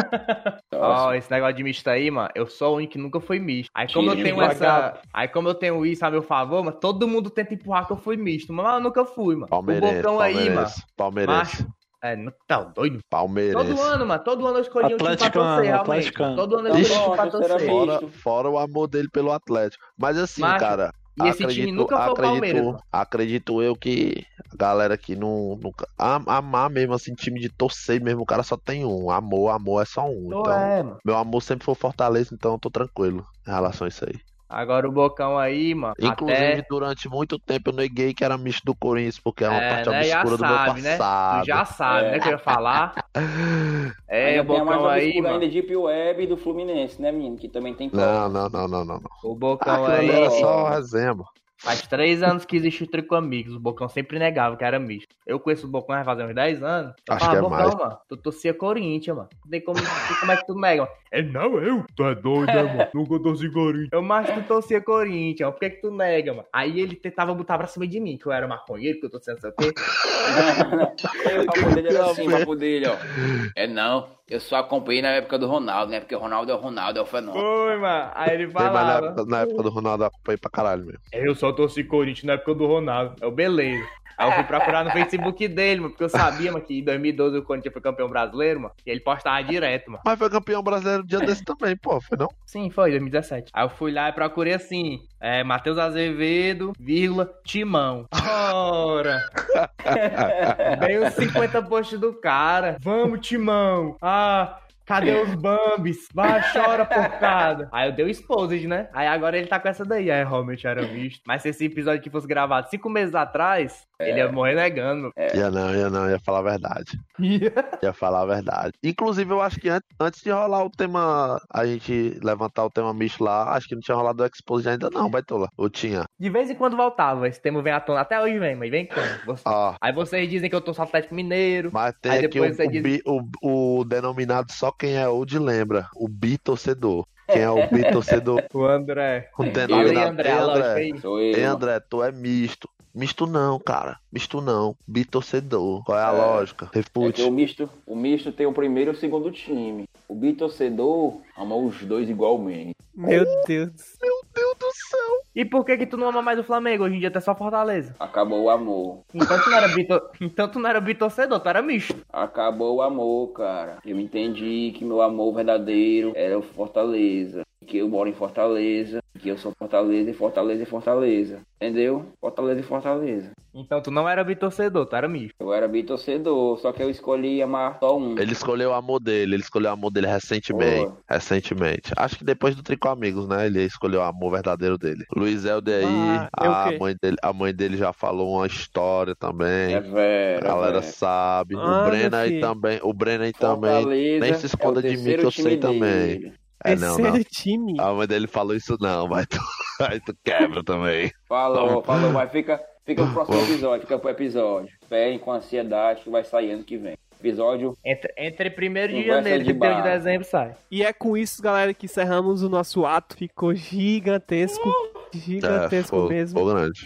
Ó, esse negócio de misto aí, mano, eu sou o único que nunca fui misto. Aí como eu Tiro tenho devagar. essa. Aí como eu tenho isso a meu favor, mano, todo mundo tenta empurrar que eu fui misto. Mas eu nunca fui, mano. Palmeirense, o Bocão aí, mano. Palmeirense, Palmeirense, Macho. É, não tá doido. Palmeirense. Todo ano, mano. Todo ano eu escolhi um time pra Atleticano, torcer, realmente. atleticano. Todo ano eu escolhi um time pra Pronto, será torcer. bom. Fora, fora o amor dele pelo Atlético. Mas assim, Macho, cara, E esse time nunca foi o Palmeiras, mano. acredito eu que a galera aqui não, nunca. am- Amar mesmo, assim, time de torcer mesmo, o cara só tem um. Amor, amor é só um. Não Então, é, mano. meu amor sempre foi Fortaleza, então eu tô tranquilo em relação a isso aí. Agora o Bocão aí, mano. Inclusive, até... durante muito tempo eu neguei que era misto do Corinthians, porque é uma É, parte né, já obscura do sabe, meu né? passado. Tu já sabe, É. né, que eu ia falar. É, Ainda o tem a mais Bocão aí, obscura mano. ainda Deep Web do Fluminense, né, menino? Que também tem Não, não, não, não, não. não. O Bocão Aquilo ali aí. era só resenha, mano. Faz três anos que existe o Trico Amigos. O Bocão sempre negava que era misto. Eu conheço o Bocão vai fazer uns dez anos. Eu Acho falava, que é Bocão, mais. mano, tu torcia Corinthians, mano. Não tem como, como é que tu nega, mano? Ele, não, eu? Tu é doido, né, mano? Nunca torci Corinthians. Eu, mas tu torcia Corinthians, mano. Por que que tu nega, mano? Aí ele tentava botar pra cima de mim, que eu era maconheiro, que eu torcia não sei o quê. Aí o papo dele era assim, o papo dele, ó. É não, eu só acompanhei na época do Ronaldo, né? Porque o Ronaldo é o Ronaldo, é o fenômeno. Foi, mano. Aí ele Tem, mas na falava. época, na época do Ronaldo eu acompanhei pra caralho mesmo. Eu só torci Corinthians na época do Ronaldo. Eu, beleza. Aí eu fui procurar no Facebook dele, mano, porque eu sabia, mano, que em dois mil e doze o Corinthians foi campeão brasileiro, mano, e ele postava direto, mano. Mas foi campeão brasileiro um dia desse também, pô, foi não? Sim, foi, dois mil e dezessete. Aí eu fui lá e procurei assim, é, Matheus Azevedo, vírgula, Timão. Ora! Veio os cinquenta posts do cara. Vamos, Timão! Ah... Cadê os Bambis? Vai, chora, porcada. Aí eu dei o exposed, né? Aí agora ele tá com essa daí. Aí realmente era visto. Mas se esse episódio aqui fosse gravado cinco meses atrás, ele ia morrer negando, meu. Ia não, ia não, ia falar a verdade. Ia falar a verdade. Inclusive, eu acho que antes, antes de rolar o tema, a gente levantar o tema misto lá, acho que não tinha rolado o exposed ainda não, Baitola. Ou tinha? De vez em quando voltava. Esse tema vem à tona. Até hoje vem, mas vem quando? Você- Ó, Aí vocês dizem que eu tô só Atlético Mineiro. mas tem Aí aqui o, depois você o, diz- bi- o, o denominado só quem é old lembra. O bi-torcedor. Quem é o bi-torcedor? O André. O Fala aí, denominado. André, Ei, a lógica André. aí. Sou Ei, eu. André, tu é misto. Misto não, cara. Misto não. Bi-torcedor. Qual é a É. lógica? É que Refute. o misto, o misto tem o primeiro e o segundo time. O bitorcedor ama os dois igualmente. Meu Deus. Meu Deus do céu. E por que que tu não ama mais o Flamengo? Hoje em dia tu é só Fortaleza. Acabou o amor. Então tu não era bitor... então tu não era bitorcedor, tu era misto. Acabou o amor, cara. Eu entendi que meu amor verdadeiro era o Fortaleza. que eu moro em Fortaleza, que eu sou Fortaleza e Fortaleza e Fortaleza. Entendeu? Fortaleza e Fortaleza. Então tu não era bitorcedor, tu era misto. Eu era bitorcedor, só que eu escolhi amar só um. Ele escolheu o amor dele, ele escolheu o amor dele recentemente. Pô. Recentemente. Acho que depois do Tricô Amigos, né? Ele escolheu o amor verdadeiro dele. Luiz Helder aí, Ah, é o a, quê? mãe dele, a mãe dele já falou uma história também. É velho. A galera é velho. sabe. Ah, o Breno meu aí filho. também. O Breno aí também. Fortaleza Nem se esconda é o de mim que terceiro eu time sei também. dele. É, não, Terceiro não. time. A mãe dele falou isso não, mas tu, aí tu quebra também. Falou, falou, mas fica, fica pro próximo Vamos. episódio, fica pro episódio. Esperem com ansiedade que vai sair ano que vem. Episódio. Entre, entre primeiro de Conversa janeiro e de primeiro de bar. dezembro sai. E é com isso, galera, que encerramos o nosso ato. Ficou gigantesco. Gigantesco É, foi, mesmo. foi grande.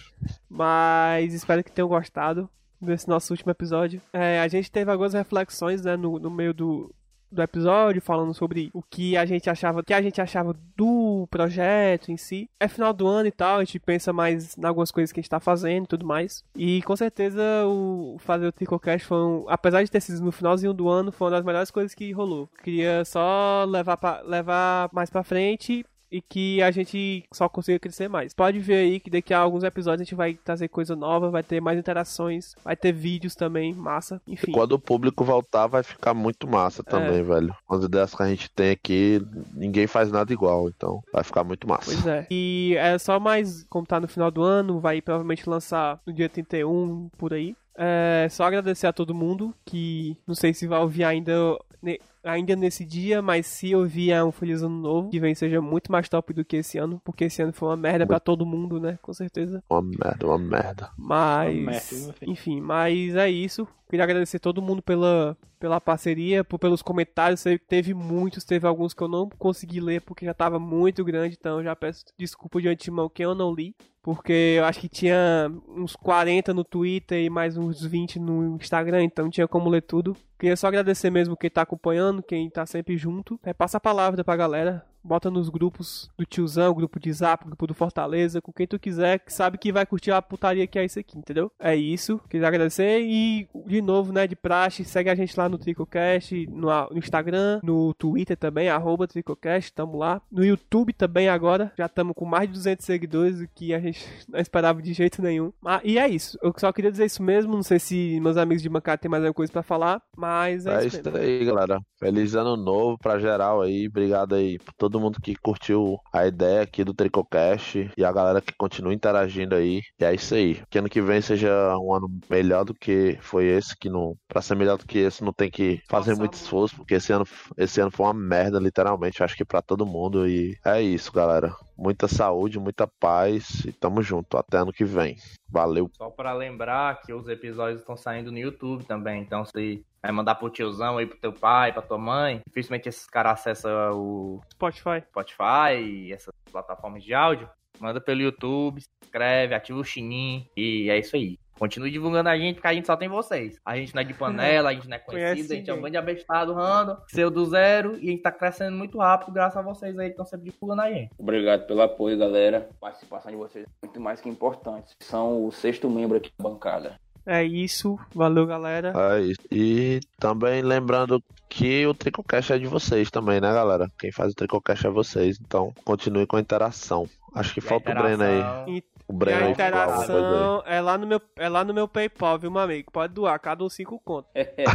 Mas espero que tenham gostado desse nosso último episódio. É, a gente teve algumas reflexões, né, no, no meio do, do episódio, falando sobre o que a gente achava, o que a gente achava do projeto em si. É final do ano e tal, a gente pensa mais em algumas coisas que a gente tá fazendo e tudo mais. E com certeza o fazer o TricoCast foi um, apesar de ter sido no finalzinho do ano, foi uma das melhores coisas que rolou. Queria só levar, pra, levar mais pra frente e que a gente só consiga crescer mais. Pode ver aí que daqui a alguns episódios a gente vai trazer coisa nova, vai ter mais interações, vai ter vídeos também, massa, enfim. Quando o público voltar, vai ficar muito massa também, É. velho. As ideias que a gente tem aqui, ninguém faz nada igual, então vai ficar muito massa. Pois é. E é só mais, como tá no final do ano, vai provavelmente lançar no dia trinta e um, por aí. É só agradecer a todo mundo que não sei se vai ouvir ainda, ne- ainda nesse dia, mas se ouvir é um feliz ano novo, que vem seja muito mais top do que esse ano, porque esse ano foi uma merda pra todo mundo, né? Com certeza. Uma merda, uma merda. Mas, Uma merda, meu filho. enfim, mas é isso. Queria agradecer todo mundo pela, pela parceria, por, pelos comentários. Sei que teve muitos, teve alguns que eu não consegui ler porque já tava muito grande, então eu já peço desculpa de antemão que eu não li. Porque eu acho que tinha uns quarenta no Twitter e mais uns vinte no Instagram, então não tinha como ler tudo. Queria só agradecer mesmo quem tá acompanhando, quem tá sempre junto. É, passa a palavra pra galera. Bota nos grupos do tiozão, grupo de Zap, grupo do Fortaleza, com quem tu quiser, que sabe que vai curtir a putaria que é isso aqui, entendeu? É isso. Queria agradecer e, de novo, né, de praxe, segue a gente lá no TricoCast, no, no Instagram, no Twitter também, arroba TricoCast, tamo lá. No YouTube também agora, já estamos com mais de duzentos seguidores, o que a gente não esperava de jeito nenhum. Ah, e é isso. Eu só queria dizer isso mesmo, não sei se meus amigos de bancada tem mais alguma coisa pra falar, mas é, É isso isso mesmo. aí, galera. Feliz ano novo pra geral aí. Obrigado aí por todo mundo que curtiu a ideia aqui do TricoCast e a galera que continua interagindo aí. E é isso aí. Que ano que vem seja um ano melhor do que foi esse, que não, pra ser melhor do que esse não tem que fazer Nossa, muito mano. esforço, porque esse ano, esse ano foi uma merda, literalmente. Acho que pra todo mundo. E é isso, galera. Muita saúde, muita paz e tamo junto. Até ano que vem. Valeu. Só pra lembrar que os episódios estão saindo no YouTube também, então se vai mandar pro tiozão aí, pro teu pai, pra tua mãe, dificilmente esses caras acessam o Spotify. Spotify e essas plataformas de áudio, manda pelo YouTube, se inscreve, ativa o sininho e é isso aí. Continue divulgando a gente, porque a gente só tem vocês. A gente não é de panela, a gente não é conhecido, Conhece a gente é um ninguém. bando de abestado random, seu do zero, e a gente tá crescendo muito rápido graças a vocês aí que estão sempre divulgando a gente. Obrigado pelo apoio, galera. A participação de vocês é muito mais que importante. São o sexto membro aqui da bancada. É isso. Valeu, galera. É isso. E também lembrando que o TricoCast é de vocês também, né, galera? Quem faz o TricoCast é vocês. Então, continue com a interação. Acho que E a falta o Breno aí. interação- E, O e Breno a aí falar alguma coisa aí. interação é lá, no meu, é lá no meu PayPal, viu, meu amigo? Pode doar, cada um cinco conto.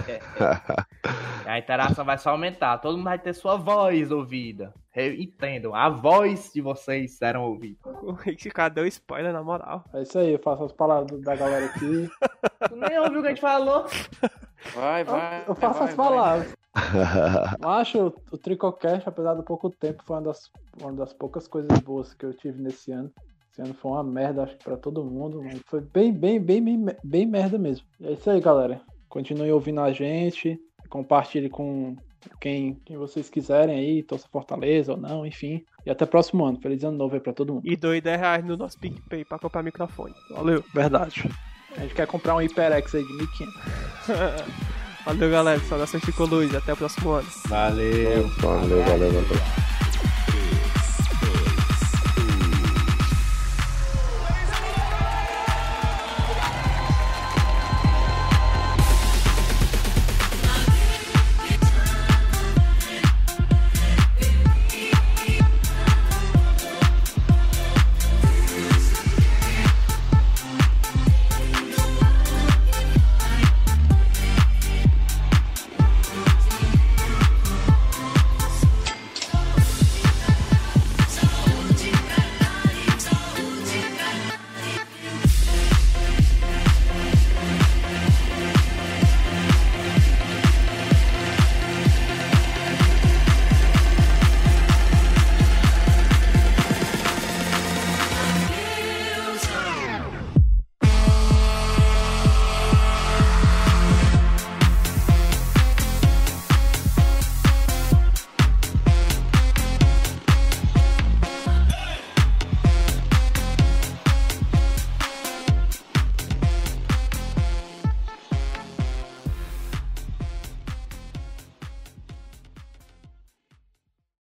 A interação vai só aumentar, todo mundo vai ter sua voz ouvida. Re- Entendam, a voz de vocês serão ouvidas. O Rick cara deu spoiler, na moral. É isso aí, eu faço as palavras da galera aqui. Tu nem ouviu o que a gente falou? Vai, vai. Eu faço vai, as vai. palavras. Acho o TricoCast, apesar do pouco tempo, foi uma das, uma das poucas coisas boas que eu tive nesse ano. Esse ano foi uma merda, acho que pra todo mundo, mas foi bem, bem, bem, bem, bem merda mesmo. E é isso aí, galera. Continue ouvindo a gente, compartilhe com quem, quem vocês quiserem aí, torça Fortaleza ou não, enfim. E até próximo ano. Feliz ano novo aí pra todo mundo. E doe dez reais no nosso PicPay pra comprar microfone. Valeu. Verdade. A gente quer comprar um HyperX aí de mil e quinhentos. Valeu, galera. Saudações Tricolores. Até o próximo ano. Valeu. Valeu, valeu, valeu.